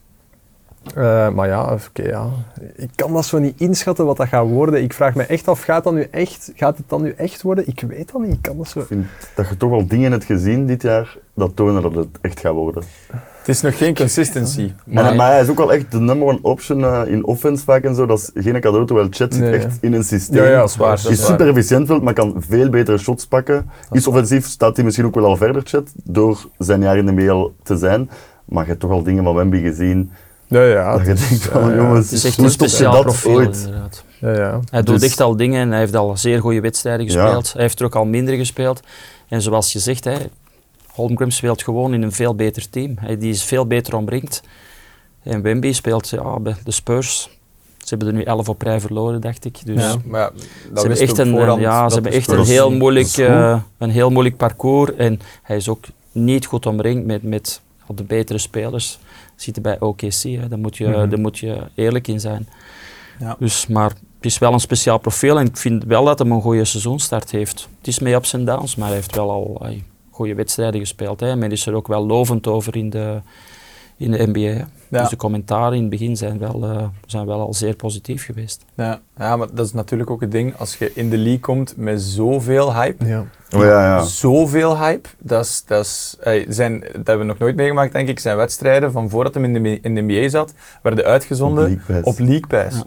Uh, maar ja, oké, okay, ja, ik kan dat zo niet inschatten wat dat gaat worden. Ik vraag me echt af, gaat, dat nu echt, gaat het dan nu echt worden? Ik weet dat niet. Ik kan dat zo... Ik vind dat je toch wel dingen hebt gezien dit jaar dat tonen dat het echt gaat worden. Het is nog geen consistency. Maar, Nee. maar hij is ook wel echt de number one option uh, in offense vaak en zo. Dat is geen cadeau, terwijl Chet zit Nee, echt in een systeem. Ja, ja, dat is waar. Dat Is is super efficiënt veld, maar kan veel betere shots pakken. Is offensief, staat hij misschien ook wel al verder, Chet, door zijn jaar in de B L te zijn. Maar je hebt toch al dingen van Wemby gezien. Ja, ja. Dat je het is- denkt van, ja, ja. jongens, Het is echt hoe een stop je speciaal dat profiel, ooit? inderdaad. Ja, ja. Hij doet Dus- echt al dingen en hij heeft al zeer goede wedstrijden Ja. gespeeld. Hij heeft er ook al minder gespeeld. En zoals je zegt, hè, Holmgren speelt gewoon in een veel beter team. Hij, die is veel beter omringd. En Wemby speelt ja, bij de Spurs. Ze hebben er nu elf op rij verloren, dacht ik. Dus Ja, maar ja, dat ze hebben wist echt op een, voorhand ja, dat ze hebben de echt een Spurs- heel, dat moeilijk, is goed. uh, een heel moeilijk parcours. En hij is ook niet goed omringd met, met de betere spelers. Ziet er bij O K C, hè. Daar, moet je, Mhm. daar moet je eerlijk in zijn. Ja. Dus, maar het is wel een speciaal profiel en ik vind wel dat hij een goede seizoenstart heeft. Het is mee ups en downs, maar hij heeft wel al ay, goede wedstrijden gespeeld. Hè. Men is er ook wel lovend over in de, in de N B A. Hè. Ja. Dus de commentaren in het begin zijn wel, uh, zijn wel al zeer positief geweest. Ja. ja, maar dat is natuurlijk ook het ding. Als je in de league komt met zoveel hype, Ja. Oh, ja, ja. zoveel hype, dat is, dat is, ey, zijn, dat hebben we nog nooit meegemaakt, denk ik, zijn wedstrijden van voordat hij in de, in de N B A zat, werden uitgezonden Op League Pass. op League Pass. Ja.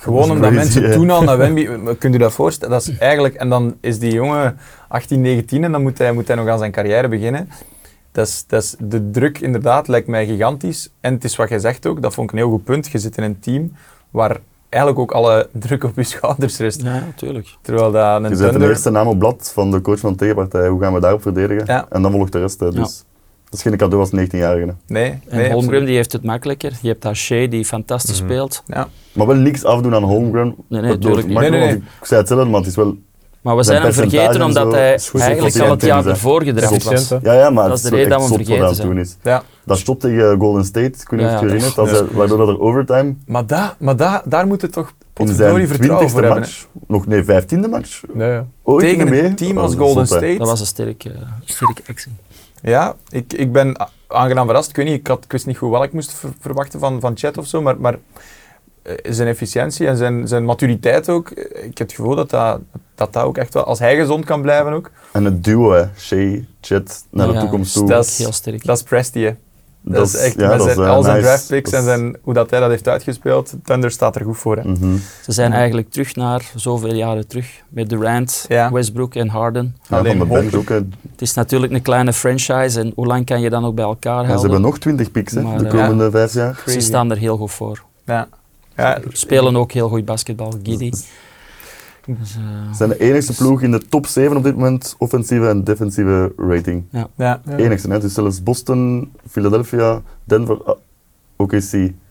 Gewoon omdat crazy, mensen hè. toen al naar Wembley... Kunt u dat voorstellen? Dat is eigenlijk... En dan is die jongen achttien, negentien en dan moet hij, moet hij nog aan zijn carrière beginnen. Dat is, dat is, de druk inderdaad lijkt mij gigantisch. En het is wat jij zegt ook, dat vond ik een heel goed punt. Je zit in een team waar eigenlijk ook alle druk op je schouders rust. Ja, natuurlijk. Terwijl dat een Je zet Thunder... de eerste naam op blad van de coach van de tegenpartij. Hoe gaan we daarop verdedigen? Ja. En dan volgt de rest. Hè. Dus Ja. dat is geen cadeau als negentienjarige. hè. Nee, En nee, Holmgren absoluut. die heeft het makkelijker. Je hebt daar Shea die fantastisch Mhm. speelt. Ja. Maar wel niks afdoen aan Holmgren. Nee, nee, Waardoor tuurlijk het niet. makkelijk- Nee, nee, want Ik zei hetzelfde, maar het is wel... Maar we Zijn zijn hem vergeten percentage en omdat zo hij is goed eigenlijk voor al het jaar teams, hè. ervoor gedraft was. Efficiënt, hè. Ja, ja, maar Dat het is de is reden echt dat we zot hem wat hij aan vergeten het doen is. Ja. Dat shot tegen Golden State, ik weet niet Ja, of je ja, herinnert, dat dat is- ze- waardoor dat er overtime Maar, da, maar da, daar moet het toch in potverdorie zijn vertrouwen voor twintigste hebben. match, nog nee, vijftiende match, Ja, ja. ooit Tegen mee. een team Dat als is Golden zot, hè. State. Dat was een sterke, uh, sterke actie. Ja, ik, ik ben a- aangenaam verrast. Ik weet niet, ik, had, ik wist niet goed wat ik moest ver- verwachten van, van Chet of zo, maar, maar eh, zijn efficiëntie en zijn, zijn maturiteit ook. eh, Ik heb het gevoel dat dat, dat dat ook echt wel, als hij gezond kan blijven ook, En het duo, hè, Shea, Chet, naar de Ja, toekomst toe. dat is- Heel sterk. dat is Presti, hè. Dat, is echt, ja, met dat zijn, is, eh, al zijn nice. draftpicks Dat en is- zijn, hoe dat hij dat heeft uitgespeeld, Thunder staat er goed voor, hè. Mhm. Ze zijn eigenlijk terug naar zoveel jaren terug. Met Durant, Ja. Westbrook en Harden. Ja, Alleen van de bench hopelijk- ook. Hè. Het is natuurlijk een kleine franchise en hoe lang kan je dan ook bij elkaar En ze houden? hebben nog twintig picks hè, Maar, de eh, komende vijf jaar. Ze Crazy. staan er heel goed voor. Ja. Ja, Spelen ook heel goed basketbal, Giddy. Dus, eh, Ze zijn de enigste ploeg in de top zeven op dit moment, offensieve en defensieve rating. Ja. Ja. Enigste, hè? Dus zelfs Boston, Philadelphia, Denver, ah, O K C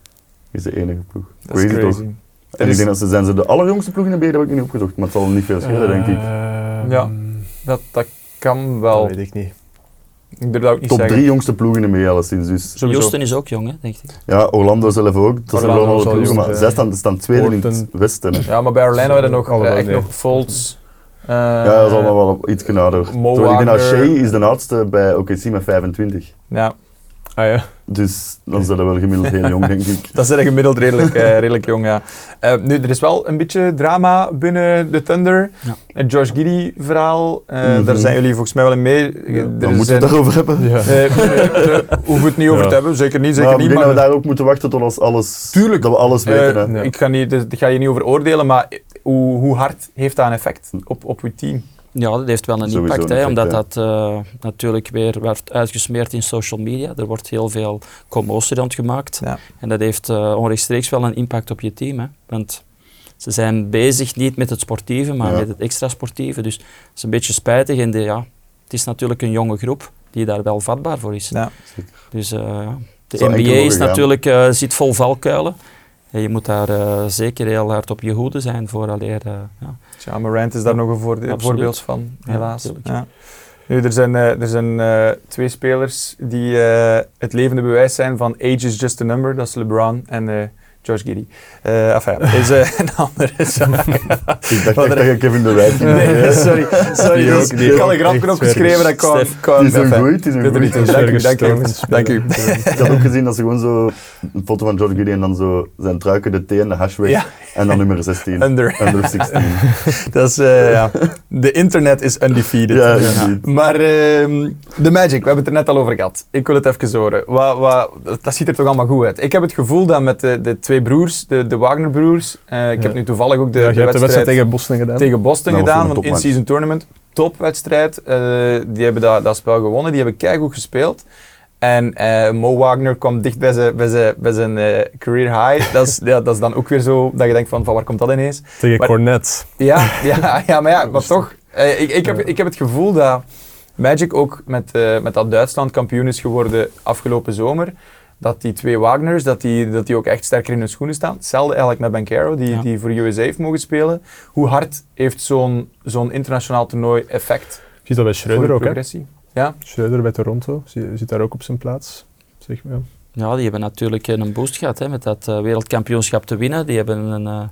is de enige ploeg. Dat is Crazy, crazy. toch? Er En ik is- denk dat ze zijn ze de allerjongste ploeg in de B, dat heb ik niet opgezocht, maar het zal niet veel schelen, denk ik. Ehm, Ja. Dat, dat kan Dat wel. weet ik niet. Ik durf dat ook niet Top zeggen. drie jongste ploeg in de B, alleszins. Dus. Sowieso. Houston is ook jong, hè, denk ik. Ja, Orlando zelf ook. Dat zijn Orlando wel is alle al ploegen, jong, maar hè. zij staan, staan tweede in het Portland. westen. Hè. Ja, maar bij Orlando hadden we nog, Allemaal eh, echt nee. nog Fultz. eh, Ja, dat is allemaal wel iets genauwder. Mo Terwijl ik denk dat Wagner. Shea is de oudste bij O K C met vijfentwintig. Ja, Ah ja. Dus dan zijn ze wel gemiddeld heel jong, denk ik. dat is gemiddeld redelijk, eh, redelijk jong, ja. Eh, nu, er is wel een beetje drama binnen de Thunder. Ja. Het Josh Giddey-verhaal, eh, Mhm. daar zijn jullie volgens mij wel in mee. Er Dan moeten we zijn- het daarover hebben. Ja. Eh, nee, nee, daar hoeven we het niet over Ja. te hebben, zeker niet. Zeker Maar ik niet denk maar, dat we daar ook moeten wachten tot als alles, Tuurlijk. dat we alles eh, weten. Hè. Ja. ik ga, niet, dus, ik ga je niet over oordelen, maar hoe, hoe hard heeft dat een effect op, op je team? Ja, dat heeft wel een Sowieso impact, een hè, effect, omdat ja. dat eh, natuurlijk weer werd uitgesmeerd in social media. Er wordt heel veel commotie rond gemaakt. Ja. En dat heeft uh, onrechtstreeks wel een impact op je team. Hè. Want ze zijn bezig niet met het sportieve, maar Ja. met het extra sportieve. Dus het is een beetje spijtig. En de, ja, het is natuurlijk een jonge groep die daar wel vatbaar voor is. Ja. Dus uh, ja, de Zou N B A enkel is doorgaan. natuurlijk, uh, zit vol valkuilen. En je moet daar uh, zeker heel hard op je hoede zijn vooraleer. Uh, ja. Ja, Morant is daar nog een voorde- Absoluut. voorbeeld van, Ja, helaas. tuurlijk. Ja. Nu, er zijn, uh, er zijn uh, twee spelers die uh, het levende bewijs zijn van age is just a number. Dat is LeBron en uh, Josh Giddey. Uh, enfin, is uh, een andere zaak. Ik dacht Wat echt er- dat je Kevin Durant ging Nee, zeggen. sorry. sorry Die dus ook, die ik had ook een grapje echt opgeschreven dat ik kwam. Stef. kwam Het is een enfin, goeie, het is een doe er niet goeie. toe. Dank u, dank u. Ergens Dank u. Ik had ook gezien dat ze gewoon zo een foto van George Giddey en dan zo zijn truiken, de T en de hash weg. Ja. En dan nummer zestien. Under. Under zestien. Dat is, uh, ja. De internet is undefeated. Ja, indeed. Maar ehm, de Magic, we hebben het er net al over gehad. Ik wil het even horen. Wat, wat, dat ziet er toch allemaal goed uit. Ik heb het gevoel dat met de, de twee broers, de, de Wagner-broers, eh, ik Ja. heb nu toevallig ook de, Ja, je de hebt de wedstrijd wedstrijd tegen Boston gedaan. tegen Boston Dat was gedaan, een want topmatch. in-season tournament, topwedstrijd. Eh, die hebben dat, dat spel gewonnen, die hebben keigoed gespeeld. En eh, Mo Wagner kwam dicht bij zijn, bij zijn, bij zijn eh, career high. Dat is, ja, dat is dan ook weer zo dat je denkt van, van waar komt dat ineens? Tegen Maar- Cornet. Ja, ja, ja maar ja, maar toch. eh, ik, ik, heb, ik heb het gevoel dat Magic ook met, eh, met dat Duitsland kampioen is geworden afgelopen zomer. Dat die twee Wagners, dat die, dat die ook echt sterker in hun schoenen staan. Hetzelfde eigenlijk met Banchero, die, Ja. die voor U S A heeft mogen spelen. Hoe hard heeft zo'n zo'n internationaal toernooi effect Je ziet dat bij voor Schreuder de ook, hè? progressie? Ja, Schreuder bij Toronto, zie- zit daar ook op zijn plaats. Zeg maar. Ja, die hebben natuurlijk een boost gehad hè, met dat uh, wereldkampioenschap te winnen. Die hebben een uh,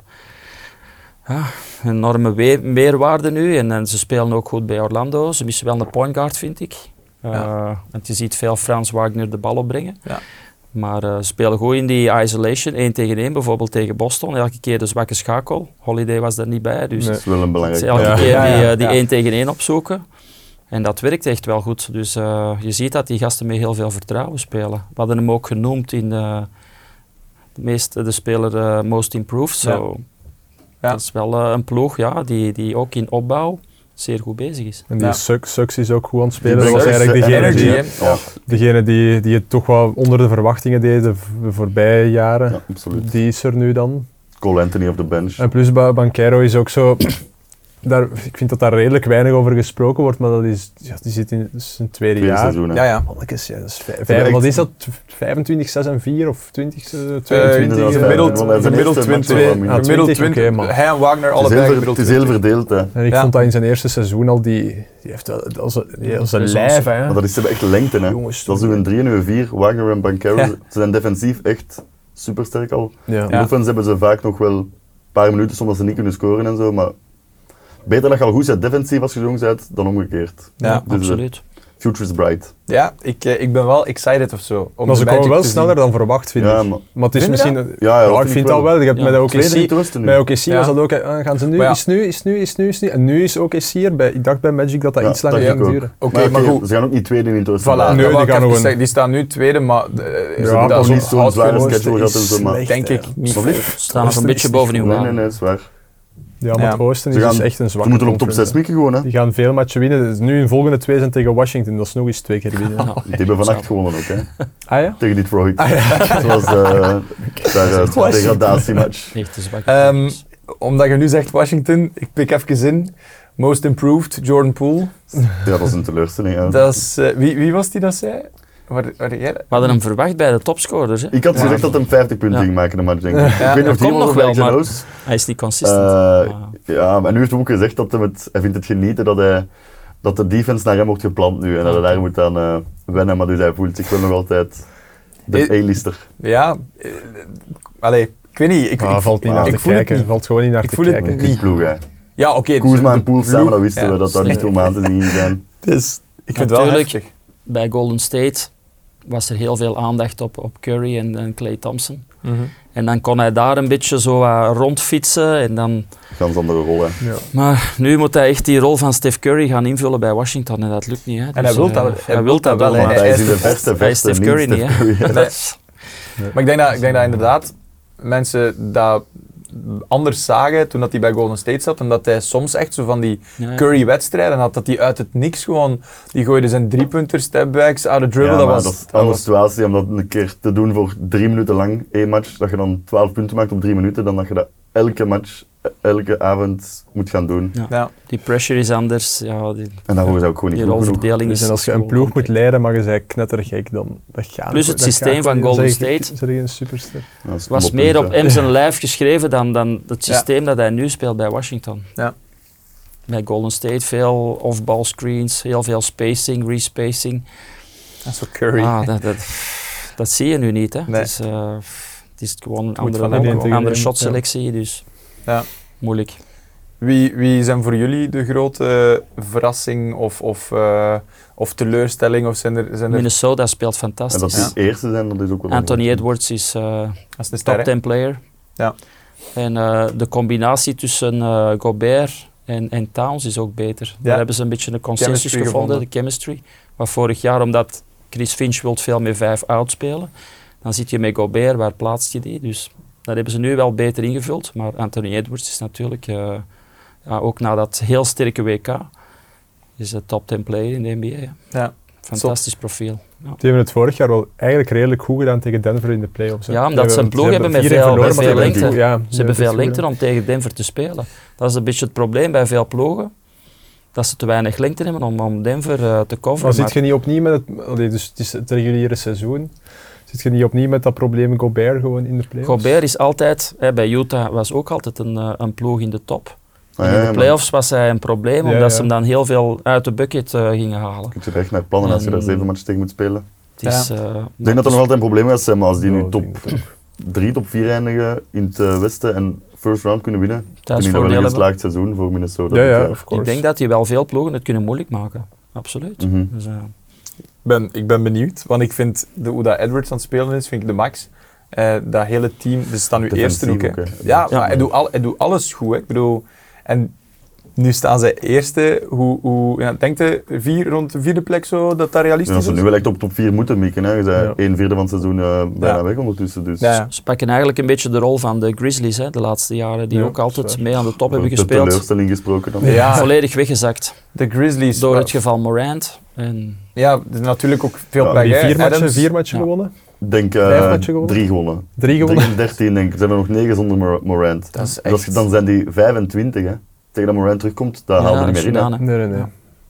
ja, enorme we- meerwaarde nu en, en ze spelen ook goed bij Orlando. Ze missen wel een point guard, vind ik. Uh, Ja. Want je ziet veel Frans Wagner de bal opbrengen. Ja. Maar uh, ze spelen goed in die isolation, één tegen één, bijvoorbeeld tegen Boston. Elke keer de zwakke schakel. Holiday was daar niet bij, dus Nee. Dat is wel een ze belangrijk elke Ja. keer Ja, ja, die, uh, die ja. één tegen één opzoeken. En dat werkt echt wel goed. Dus uh, je ziet dat die gasten met heel veel vertrouwen spelen. We hadden hem ook genoemd in uh, de, meeste, de speler uh, Most Improved. So, Ja. Dat is wel uh, een ploeg ja, die, die ook in opbouw zeer goed bezig is. En die ja. Sux, Sux is ook goed aan het spelen. Dat was eigenlijk degene, die, ja. degene die, die het toch wel onder de verwachtingen deed de voorbije jaren. Ja, absoluut. Die is er nu dan. Cole Anthony op de bench. En plus Banchero is ook zo... Daar, ik vind dat daar redelijk weinig over gesproken wordt, maar dat is, ja, die zit in zijn tweede, tweede jaar. Seizoen, ja, ja. Mannekes, ja, dat is vijf, vijf, wat is dat? vijfentwintig, zes en vier of twintig, tweeëntwintig? Uh, gemiddeld twintig. Gemiddeld twintig. Hij en Wagner allebei gemiddeld twintig. Het is heel verdeeld. Hè. En ik ja. vond dat in zijn eerste seizoen al, die, die heeft wel, als een, ja, als een lijf. Hè. Maar dat is echt lengte. Hè. Jongens, dat is nu een drie en een vier, Wagner en Banchero. Ja. Ze zijn defensief echt supersterk al. Ja. In offense hebben ze vaak nog wel een paar minuten soms ze niet kunnen scoren en zo, maar beter dat je al goed bent defensief als je jong bent, dan omgekeerd. Ja, dus absoluut. Uh, future is bright. Ja, ik, uh, ik ben wel excited of zo. Maar ze komen wel sneller dan verwacht, vind ik. Ja, maar, maar het is misschien... Ja, ja, ja, ik vind dat wel. Ik heb ja. Met O K C, bij O K C ja. was dat ook... Uh, gaan ze nu, ja. is nu, is nu, is nu, is nu. En nu is O K C hier. Bij, ik dacht bij Magic dat dat ja, iets langer ging duren. Oké, okay, maar, maar goed. Ze gaan ook niet tweede in het oosten. Voilà, nee, die, gaan een... die staan nu tweede, maar... Uh, ja, dat is niet zo'n zware schedule gehad en zo, maar... Denk ik niet. Ze staan nog een beetje bovenin. Nee, nee, nee, zwaar. Ja, maar ja. het Oosten is gaan, dus echt een zwakke. Ze moeten op top zes mikken gewoon. Hè. Die gaan veel matchen winnen. Dus nu hun volgende twee zijn tegen Washington. Dat is nog eens twee keer winnen. Ja, die hebben vannacht gewonnen ook. Hè. Ah ja? Tegen Detroit. Ah, ja. Zoals uh, daar uh, degradatiematch. Um, omdat je nu zegt Washington, ik pik even in. Most improved, Jordan Poole. Ja, dat is een teleurstelling. Ja. Dat is, uh, wie, wie was die dat zei? Waar, waar jij... We hadden hem verwacht bij de topscorers. Hè? Ik had gezegd ja. dat hij vijftig punten ja. ging maken de match, denk ik. Ja. Ik weet niet of hij nog wel, maar hij is niet consistent. Uh, ah. Ja, maar nu heeft hij ook gezegd dat hij, het, hij vindt het genieten dat, hij, dat de defense naar hem wordt geplant nu en dat hij daar moet aan uh, wennen, maar dus hij voelt zich wel nog altijd de A-lister. Ja, uh, allee, ik weet niet. Ik, ah, ik, valt niet naar ik te kijken. Het valt gewoon niet naar ik te voel kijken. Het niet. Ploeg, hè. Ja, oké. Okay, Koersma en Poole samen, dat wisten ja, we, dat dat niet om aan te zien zijn. Dus, ik vind het wel heftig. Bij Golden State was er heel veel aandacht op, op Curry en, en Klay Thompson. Mm-hmm. En dan kon hij daar een beetje zo uh, rondfietsen en dan... Ganz andere rol, hè. Ja. Maar nu moet hij echt die rol van Steph Curry gaan invullen bij Washington en dat lukt niet, hè. Dus, en hij wil uh, dat, hij hij wil dat wel, hè. Hij, hij is in de beste, hij is Steph Curry niet, hè. Curry, nee. Nee. Maar ik denk dat, ik denk dat inderdaad mensen dat anders zagen toen dat hij bij Golden State zat en dat hij soms echt zo van die ja, ja. Curry-wedstrijden had, dat hij uit het niks gewoon, die gooide zijn driepunter, stepbacks, out of dribble. Ja, dat was dat is een andere situatie om dat een keer te doen voor drie minuten lang, één match, dat je dan twaalf punten maakt op drie minuten, dan dat je dat elke match, elke avond moet gaan doen. Ja. Ja. Die pressure is anders. Ja, die, en daarvoor is ook gewoon niet goed genoeg. Dus en als je een ploeg moet leiden, maar je bent knettergek, dan dat gaat. Plus het dat systeem gaat, van Golden State zeg je een superster. Ja, was meer op hem zijn lijf geschreven dan, dan het systeem ja. dat hij nu speelt bij Washington. Ja. Bij Golden State veel off-ball screens, heel veel spacing, respacing. Dat is voor Curry. Ah, dat, dat, dat zie je nu niet. Hè. Nee. Het, is, uh, het is gewoon een andere, andere, andere shotselectie, ja. dus ja. moeilijk. Wie, wie zijn voor jullie de grote verrassing of, of, uh, of teleurstelling? Of zijn er, zijn er... Minnesota speelt fantastisch. En dat die ja. eerste zijn, dat is ook wel Anthony Edwards is uh, een top ten player. Ja. En uh, de combinatie tussen uh, Gobert en, en Towns is ook beter. Ja. Daar hebben ze een beetje een consensus gevonden, gevonden, de chemistry. Maar vorig jaar, omdat Chris Finch wil veel meer vijf out spelen, dan zit je met Gobert, waar plaatst je die? Dus dat hebben ze nu wel beter ingevuld. Maar Anthony Edwards is natuurlijk... Uh, Ja, ook na dat heel sterke W K is de top ten player in de N B A. Ja. Ja. Fantastisch Stop. profiel. Ja. Die hebben het vorig jaar wel eigenlijk redelijk goed gedaan tegen Denver in de playoffs. Ja, omdat ze een ploeg hebben met veel, met veel lengte. Ja, ze hebben veel lengte om tegen Denver te spelen. Dat is een beetje het probleem bij veel ploegen. Dat ze te weinig lengte hebben om, om Denver uh, te coveren. Maar zit je niet opnieuw met het, allee, dus het, is het reguliere seizoen, zit je niet opnieuw met dat probleem Gobert gewoon in de playoffs? Gobert is altijd, hè, bij Utah was ook altijd een, uh, een ploeg in de top. Ah, ja, in de playoffs was hij een probleem, omdat ja, ja. ze hem dan heel veel uit de bucket uh, gingen halen. Je hebt echt naar plannen en, als je daar zeven matchen tegen moet spelen. Is, uh, ik denk dat er nog altijd een probleem gaat zijn, maar als die nu top drie, top vier eindigen in het uh, westen en first round kunnen winnen, dan is dat wel een geslaagd seizoen voor Minnesota. Ja, ja, of ik denk dat die wel veel ploegen het kunnen moeilijk maken. Absoluut. Mm-hmm. Dus, uh, ben, ik ben benieuwd, want ik vind de, hoe dat Edwards aan het spelen is, vind ik de max. Uh, dat hele team, ze staan nu eerste ook. Hè. Ja, ja, maar hij doet, al, hij doet alles goed. Hè. Ik bedoel, en Nu staan zij eerste. Hoe, hoe ja, denkt je vier, rond de vierde plek zo, dat dat realistisch ja, is? ze nu wel echt op top vier moeten mikken. Hè. Je zei ja. een vierde van het seizoen uh, bijna ja. weg ondertussen. Dus. Ja, ja. Ze pakken eigenlijk een beetje de rol van de Grizzlies hè, de laatste jaren, die ja, ook altijd mee aan de top hebben de gespeeld. teleurstelling gesproken dan. Ja. Volledig weggezakt. De Grizzlies. Door het geval Morant. En ja, er is natuurlijk ook veel ja, bij die vier matchen, Adams. vier matchen ja. gewonnen? Ik denk uh, gewonnen? drie gewonnen. Drie gewonnen? drie en dertien denk ik. Ze hebben nog negen zonder Morant. Dat is dus als je, dan zijn die vijfentwintig. Hè. Tegen dat Morant terugkomt, dat ja, haalde niet meer in. gedaan, nee, nee, nee.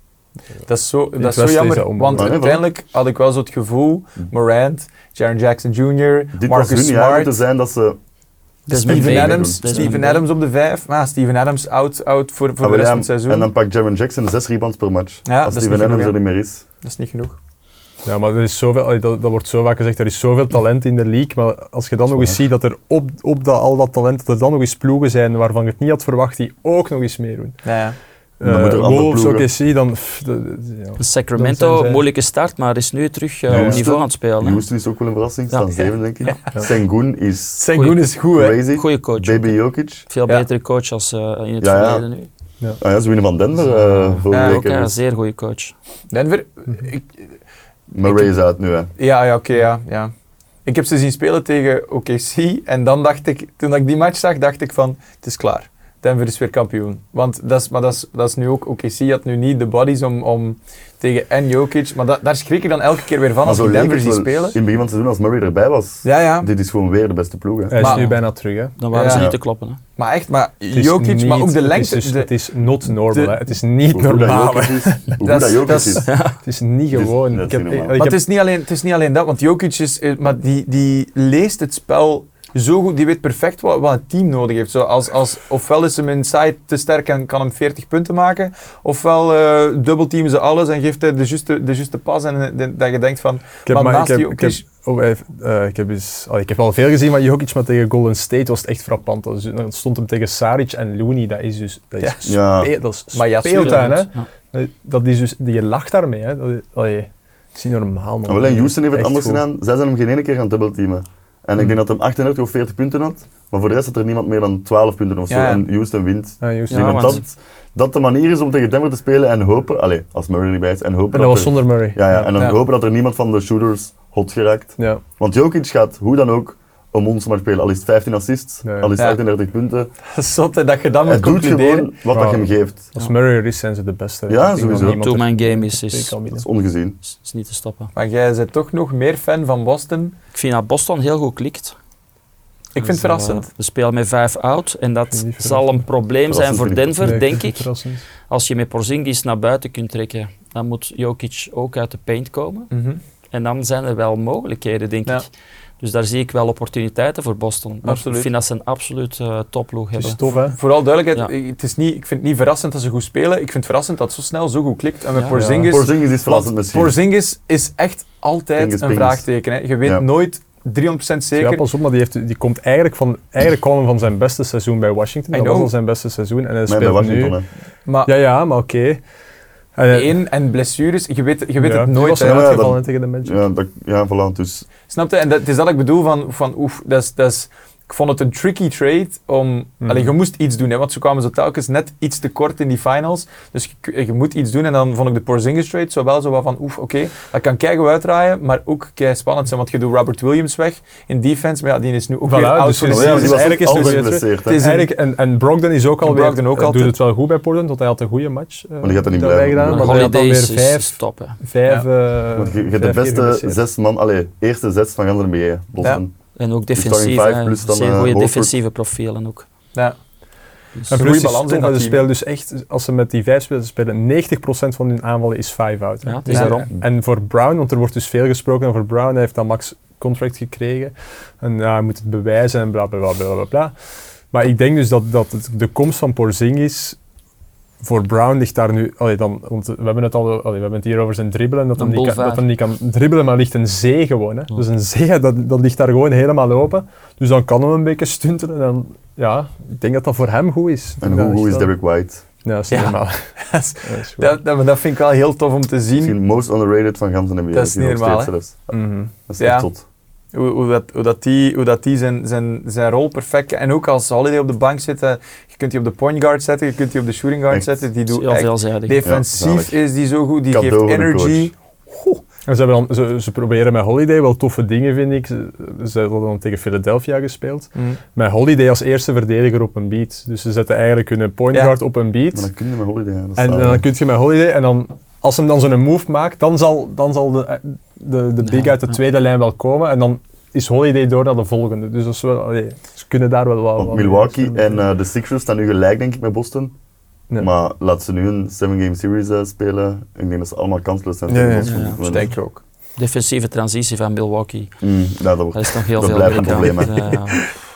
Dat is zo, dat is zo jammer, is want nee, uiteindelijk had ik wel zo het gevoel, Morant, Jaren Jackson junior, Dit Marcus was hun Smart, moeten zijn dat ze... Steven Adams, Steven Adams op de vijf, maar Steven Adams out, out voor, voor ah, de rest ja, van het seizoen. En dan pakt Jaren Jackson zes rebounds per match, ja, als Steven Adams er niet meer is. Dat is niet genoeg. Ja, maar er is zoveel, dat, dat wordt zo vaak gezegd, er is zoveel talent in de league, maar als je dan nog eens ziet dat er op, op dat, al dat talent, dat er dan nog eens ploegen zijn waarvan je het niet had verwacht, die ook nog eens meedoen. Ja, ja. Uh, Wolves, O K C, dan... Pff, de, de, ja. Sacramento, zij... moeilijke start, maar is nu terug uh, ja, op niveau aan het spelen. Houston is ook wel een verrassing, staan ja. zeven denk ik. Ja. Sengun is... Sengun is goed, crazy. Goeie coach. Baby Jokic. Veel ja. betere coach als uh, in het ja, verleden ja. nu. Ja, ah, ja ze winnen van Denver uh, vorige ja, week. Ook, ja, zeer goede coach. Denver... Ik, Murray is uit nu, hè. Ja, ja oké, okay, ja, ja. Ik heb ze zien spelen tegen O K C en dan dacht ik, toen ik die match zag, dacht ik van, het is klaar. Denver is weer kampioen. Want dat is, maar dat is, dat is nu ook, O K C had nu niet de bodies om, om tegen en Jokic, maar da, daar schrik ik dan elke keer weer van als ik Denver zie spelen. In het begin van het seizoen, als Murray erbij was, ja, ja. dit is gewoon weer de beste ploeg. Hè. Hij is maar, nu bijna terug, hè. Dan waren ja. ze niet te kloppen, hè. Maar echt, maar Jokic, niet, maar ook de lengte. Het is, de, het is not normal, de, hè. Het is niet hoe normaal. Hoe goed dat Jokic is. is. Ja. Het is niet gewoon. Dus, ik heb, niet ik, maar heb, het, is niet alleen, het is niet alleen dat, want Jokic is, maar die, die leest het spel zo goed, die weet perfect wat, wat het team nodig heeft. Zo als, als, ofwel is hem inside te sterk en kan hem veertig punten maken, ofwel uh, dubbelteamen ze alles en geeft hij de juiste, de juiste pas en de, dat je denkt van... Ik heb, maar maar, naast ik heb, Jokic... Ik heb, oh, uh, ik, heb eens, oh, ik heb al veel gezien van Jokic, maar tegen Golden State was het echt frappant. Dan stond hem tegen Saric en Looney, dat is dus... Dat is ja. speel, dat is maar ja, speeltuin, hè. Ja. Dat is dus... Je lacht daarmee, hè. Dat is, allee, dat is niet normaal, man. Alleen Houston heeft het anders goed. gedaan. Zij zijn hem geen ene keer gaan dubbelteamen. En ik denk dat hij achtendertig of veertig punten had, maar voor de rest had er niemand meer dan twaalf punten of zo. Ja, ja. En Houston wint. Ja, Houston. Ik denk Ja, dat, dat dat de manier is om tegen Denver te spelen en hopen, allez, als Murray erbij is, en hopen En dat, dat was er, zonder Murray. Ja, ja, en dan ja. hopen dat er niemand van de shooters hot geraakt. Ja. Want Jokic gaat hoe dan ook een monstermatch spelen, al is het vijftien assists, Ja, ja. al is het Ja. achtendertig punten. Dat is zot, hè, dat je dat moet Hij doet concluderen. gewoon wat Ja. dat je hem geeft. Als Murray er is, zijn ze de beste. Ja, Ik denk sowieso. dat niemand Two-man er- game is, is- twee kan Dat is winnen. ongezien. is, is niet te stoppen. Maar jij bent toch nog meer fan van Boston? Ik vind dat Boston heel goed klikt. Ik vind het Dus, verrassend. Uh, we spelen met vijf out en dat Vind ik niet zal een probleem zijn Verrassend voor vind ik Denver, Nee, denk vind ik. het verrassend. Als je met Porzingis naar buiten kunt trekken, dan moet Jokic ook uit de paint komen. Mhm. En dan zijn er wel mogelijkheden, denk Ja. ik. Dus daar zie ik wel opportuniteiten voor Boston. Maar Absoluut. ik vind dat ze een absoluut uh, topploeg Het is hebben. tof, hè. Vooral duidelijkheid, Ja. het is niet, ik vind het niet verrassend dat ze goed spelen. Ik vind het verrassend dat het zo snel zo goed klikt. En met Ja. Porzingis... Porzingis is verrassend misschien. Porzingis is echt altijd Pingis, een pingis. vraagteken. Hè. Je weet Ja. nooit driehonderd procent zeker. Ja, pas op, maar die, heeft, die komt eigenlijk van, eigenlijk kwam hem van zijn beste seizoen bij Washington. I Dat was know. al zijn beste seizoen en hij Maar bij speelt Washington, nu... hè. Maar Ja, ja, maar oké. Okay. één, en blessures, je weet, je weet ja, het die nooit. was hè. eruit Ja, gevallen dat- tegen de Magic. Ja, dat, ja, voilà, dus... Snap je? En dat, het is dat ik bedoel van, van oef, dat is, dat is, ik vond het een tricky trade om... Mhm. Allee, je moest iets doen, hè, want ze kwamen zo telkens net iets te kort in die finals. Dus je, je moet iets doen en dan vond ik de Porzingis trade zo wel zo wat van oef, oké, okay, dat kan keigoed uitdraaien, maar ook kei spannend zijn, want je doet Robert Williams weg in defense, maar ja, die is nu ook Voilà, weer out dus voor je de ziet- Ja, season. die was eigenlijk ook is het altijd dus- geblesseerd, hè. het is een- Eigenlijk, en, en Brogdon is ook En alweer... Brogdon ook eh, doet altijd. het wel goed bij Portland, want hij had een goede match. Uh, Maar die gaat er niet daarbij blijven. gedaan, Maar maar hij had dan Holidays weer is vijf, stop, hè. vijf, eh, Want je, je hebt de vijf keer beste geblesseerd. zes man, allee, eerste zes van de N B A, Boston. En ook starting defensief, five hè. plus dan, zeer uh, goede Horford. defensieve profielen ook. Ja. Dus En Een plus goede is balans tof, in dat ze team. spelen dus echt, als ze met die vijf spelen, ze spelen negentig procent van hun aanvallen is five-out. Ja, het is en, daarom. en voor Brown, want er wordt dus veel gesproken over Brown, hij heeft dan max contract gekregen. En ja, hij moet het bewijzen en bla bla bla bla bla. bla. Maar ik denk dus dat, dat het- de komst van Porzingis voor Brown ligt daar nu... Allee, dan, want we hebben het al allee, we hebben het hier over zijn dribbelen, dat hij Een niet, kan- boulevard. dat hij niet kan dribbelen, maar ligt een zee gewoon. Hè. Dus een zee, dat, dat ligt daar gewoon helemaal open. Dus dan kan hem een beetje stunteren. En dan, ja, ik denk dat dat voor hem goed is. En Ja, hoe, hoe echt is wel. Derek White? Ja, dat is Ja. niet normaal. Dat, is- Dat is goed. dat, dat, dat vind ik wel heel tof om te zien. Misschien most underrated van gans N B A. Dat is niet nog normaal, steeds zelfs. Mhm. Dat is Ja. echt tot. Hoe, hoe, dat, hoe dat die, hoe dat die zijn, zijn, zijn rol perfect... En ook als Holiday op de bank zit, je kunt die op de point guard zetten, je kunt die op de shooting guard echt. zetten. Die doet Heel echt, veelzijdig. defensief Ja, is die zo goed, die Cadeau geeft voor de energy. En ze, hebben dan, ze, ze proberen met Holiday wel toffe dingen, vind ik. Ze, ze hadden dan tegen Philadelphia gespeeld. Mm. Met Holiday als eerste verdediger op een beat. Dus ze zetten eigenlijk hun point Ja. guard op een beat. Maar dan kun je met Holiday. Ja, dat En, staat en er. dan kun je met Holiday, en dan, als hem dan zo'n move maakt, dan zal, dan zal de, de, de big Ja, uit de ja. tweede lijn wel komen. En dan is Holiday door naar de volgende. Dus dat is wel, allee, ze kunnen daar wel wat... Want wat Milwaukee mee en uh, de Sixers staan nu gelijk, denk ik, met Boston. Ja. Maar laat ze nu een seven-game series uh, spelen. Ik denk dat ze allemaal kansloos zijn. Ja, tegen ja, Boston. ja, Want- denk ik ook. Defensieve transitie van Milwaukee. Mm, ja, dat, wordt, Dat is nog heel dat veel blijft een werk aan. probleem. hè. Ja,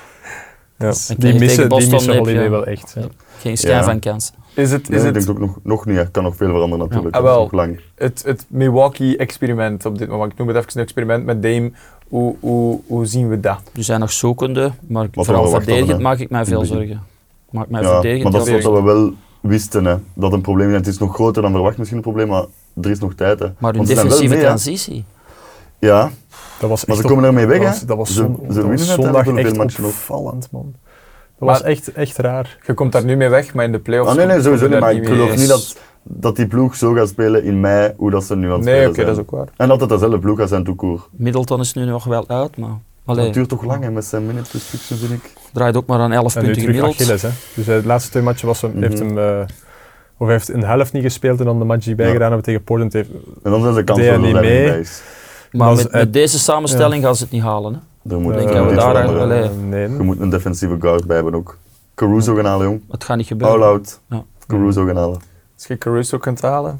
Ja. Dan krijg Die je missen, tegen die Boston missen heb je- Holiday wel echt. Ja. geen schijn Ja. van kans. Is het, Nee, is ik denk het, ook nog, nog niet. Het kan nog veel veranderen natuurlijk. Ja. Dat is Ah, nog lang. het, het Milwaukee-experiment op dit moment? Ik noem het even een experiment met Dame. Hoe, hoe, hoe zien we dat? We zijn nog zoekende, maar Wat vooral we wachten verdedigend hadden, maak ik mij in veel het begin. zorgen. Maak mij Ja, maar verdedigend dat is heel wat zorgen. we wel wisten. Hè. Dat een probleem is. Het is nog groter dan verwacht misschien een probleem, maar er is nog tijd. Hè. Maar hun Want ze zijn wel defensieve mee, hè. transitie. Ja, Dat was maar ze echt komen ermee weg. dat Hè. was, dat was, Ze- zon- ze dat winnen was uiteindelijk zondag wel veel echt matchen nog. opvallend, man. Dat Maar- was echt, echt raar. Je komt daar nu mee weg, maar in de playoffs... Ah, nee, nee, kom- sowieso kom je niet. daar Maar ik mee. geloof niet dat, dat die ploeg zo gaat spelen in mei hoe dat ze nu aan het Nee, spelen oké, zijn. dat is ook waar. En dat het dezelfde ploeg gaat zijn, tout court. Middleton is nu nog wel uit, maar allee, Het duurt toch lang hè, met zijn minute restriction, vind ik. draait ook maar aan elf En nu punten terug gemiddeld. Achilles, hè. Dus eh, de laatste twee matchen was hem, Mhm. heeft hem... eh, of hij heeft een helft niet gespeeld en dan de match die bij Ja. gedaan hebben tegen Portland. Heeft, En dan zijn ze kans Deed hij dat niet hij mee? erbij is. Maar Was met, het- met deze samenstelling gaan ze het niet halen. Hè? Er moet, eh, denk er dat we moet iets daar veranderen. eigenlijk- nee. Je moet een defensieve guard bij hebben ook. Caruso gaan halen, jong. Het gaat niet gebeuren. All out. Ja. Caruso gaan halen. Als je Caruso kunt halen...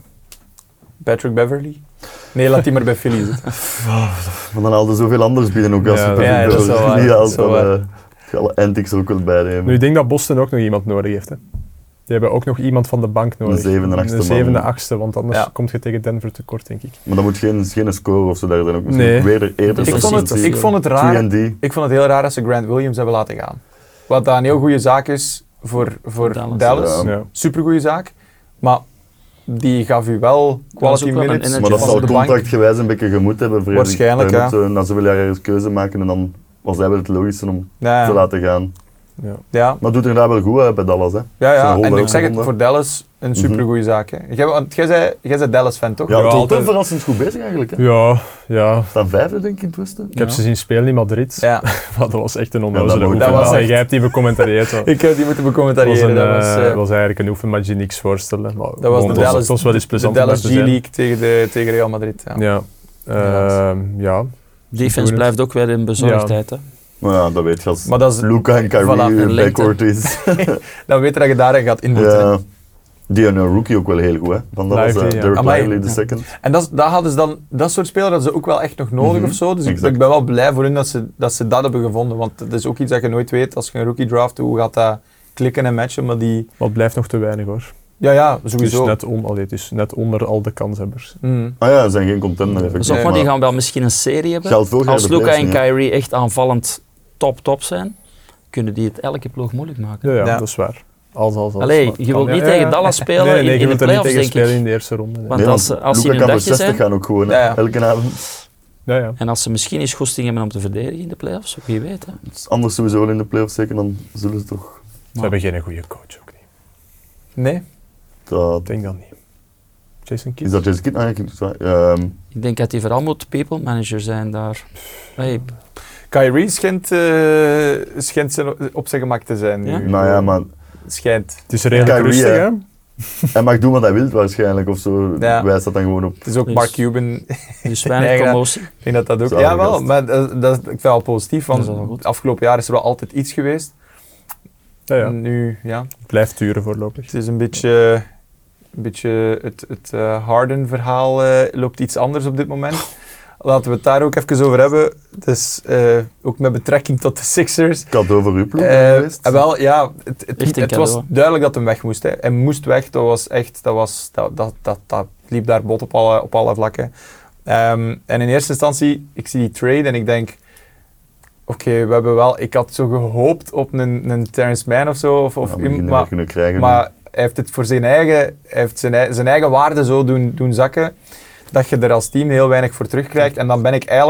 Patrick Beverly? Nee, laat die maar bij Philly zitten. Maar dan haalde zoveel anders binnen ook als Ja, je dat- Patrick ja, dat is wel Beverly waar, niet dat haalt, is wel dan waar. eh, ga je alle antics er ook wel bij nemen. Nu, ik denk dat Boston ook nog iemand nodig heeft. Hè. Die hebben ook nog iemand van de bank nodig. zevende, achtste Een zevende, man. achtste, want anders Ja. kom je tegen Denver tekort, denk ik. Maar dat moet geen, geen score of zo daar zijn ook. Misschien Nee. ook weer eerder Ik vond, het, Precies. ik vond het raar... twee en D. Ik vond het heel raar dat ze Grant Williams hebben laten gaan. Wat dat een heel goede zaak is voor, voor Dallas. Dallas. Ja. Ja. Supergoeie zaak. Maar die gaf u wel quality ook wel een minutes. energy Maar dat van zal op de bank. contractgewijs een beetje gemoed hebben. vrees ik. Waarschijnlijk, Hij ja. moet zo na zoveel jaar ergens keuze maken en dan was hij wel het logische om Ja, te laten gaan. Ja. ja, Maar het doet er daar wel goed hè, bij Dallas. Hè. ja, Zijn ja. rol En daar ik ook zeg het, gevonden. voor Dallas een supergoeie zaak. Hè. Jij, want jij zei, jij zei Dallas-fan, toch? Ja, Ja, het is altijd. wel verrassend goed bezig eigenlijk. Hè. Ja, ja. Ze staan vijfde denk ik in het Westen. Ik heb Ja. ze zien spelen in Madrid. Ja. Maar dat was echt een Ja, onnozele dat moet- oefenmatch. dat was echt- Jij hebt die becommentarieerd. hoor. Ik heb die moeten Het was, becommentariëren. een, Dat was, eh, eh, was eigenlijk een oefenmatch die niks voorstelde. Maar dat was gewoon, de het was, Dallas, het was wel eens de plezant Dallas om naar te zijn. G-League tegen, de, tegen Real Madrid. Ja. Ja. Ehm, ja. Defense Doen het. blijft ook weer in bezorgdheid. Hè? Maar ja, dat weet je als Maar dat is, Luka en Kyrie Voilà, en in lengte. backcourt is. dan weet je dat je daarin gaat inmoeten. Ja. Die en een rookie ook wel heel goed, hè? Van dat was Lively, uh, ja. Derek Amai. Lively, de Ja. second. En dat, dat hadden ze dan, dat soort spelers hadden ze ook wel echt nog nodig Mhm, of zo. Dus ik, exact. ik ben wel blij voor hun dat ze, dat ze dat hebben gevonden. Want het is ook iets dat je nooit weet als je een rookie draft, hoe gaat dat klikken en matchen. Maar die, Maar het blijft nog te weinig hoor. ja, ja, Het is, sowieso. net on, allee, het is net onder al de kanshebbers. Mm. Ah ja, ze zijn geen contender effectief. Zeg maar, die maar gaan wel misschien een serie hebben. geldt vorig jaar Als de Luka playoffs en niet, hè. Kyrie echt aanvallend top-top zijn, kunnen die het elke ploeg moeilijk maken. Ja, ja, Ja. dat is waar. Als, als, als. Allee, Maar je kan- wilt niet ja, tegen ja. Dallas spelen Nee, nee, in, je in de wilt er niet playoffs, tegen denk spelen ik. in de eerste ronde. nee. Want Nee, als, want als die Luka in kan een voor dagje zestig zijn, gaan ook gewoon, hè. Ja, ja. Elke avond. Ja, ja. en als ze misschien eens goesting hebben om te verdedigen in de playoffs, wie weet. Hè. Het is anders sowieso wel in de playoffs zeker, dan zullen ze toch... Ze hebben geen goede coach ook niet. Nee? Dat, Ik denk dat niet. Jason Kidd? is dat Jason Kidd? Ah, ik- ehm, Ik denk dat hij vooral moet people manager zijn daar. Hey, Kyrie schijnt, eh, schijnt ze op zijn gemak te zijn. Ja? nu. nou ja, maar Schijnt. Het is redelijk Kyrie, rustig, hè. hè? hij mag doen wat hij wil waarschijnlijk, of zo. Ja. Wijst dat dan gewoon op. Het is ook Dus- Mark Cuban. dus weinig Nee, ja. commotie. Ik denk dat dat ook... Zalige Ja, wel, gast. maar dat, dat, ik vind het wel positief, want Dat is wel goed. het afgelopen jaar is er wel altijd iets geweest. Ja, ja. En nu, ja, Het blijft duren voorlopig. het is een beetje... Een beetje het het eh, Harden-verhaal eh, loopt iets anders op dit moment. Laten we het daar ook even over hebben. Dus eh, ook met betrekking tot de Sixers. Cadeau voor uw ploeg Eh, geweest. eh, wel, ja, het, het, Echt een het was cadeau. duidelijk dat hij weg moest. Hè. Hij moest weg, dat was echt, dat, was, dat, dat, dat, dat liep daar bot op alle, op alle vlakken. Ehm, en in eerste instantie, ik zie die trade en ik denk, oké, we hebben wel, ik had zo gehoopt op een, een Terrence Mann of zo, of, of Ja, maar iemand, die maar, maar, kunnen krijgen. maar hij heeft het voor zijn eigen, hij heeft zijn, ei- zijn eigen waarde zo doen, doen zakken, dat je er als team heel weinig voor terugkrijgt. En dan ben ik eigenlijk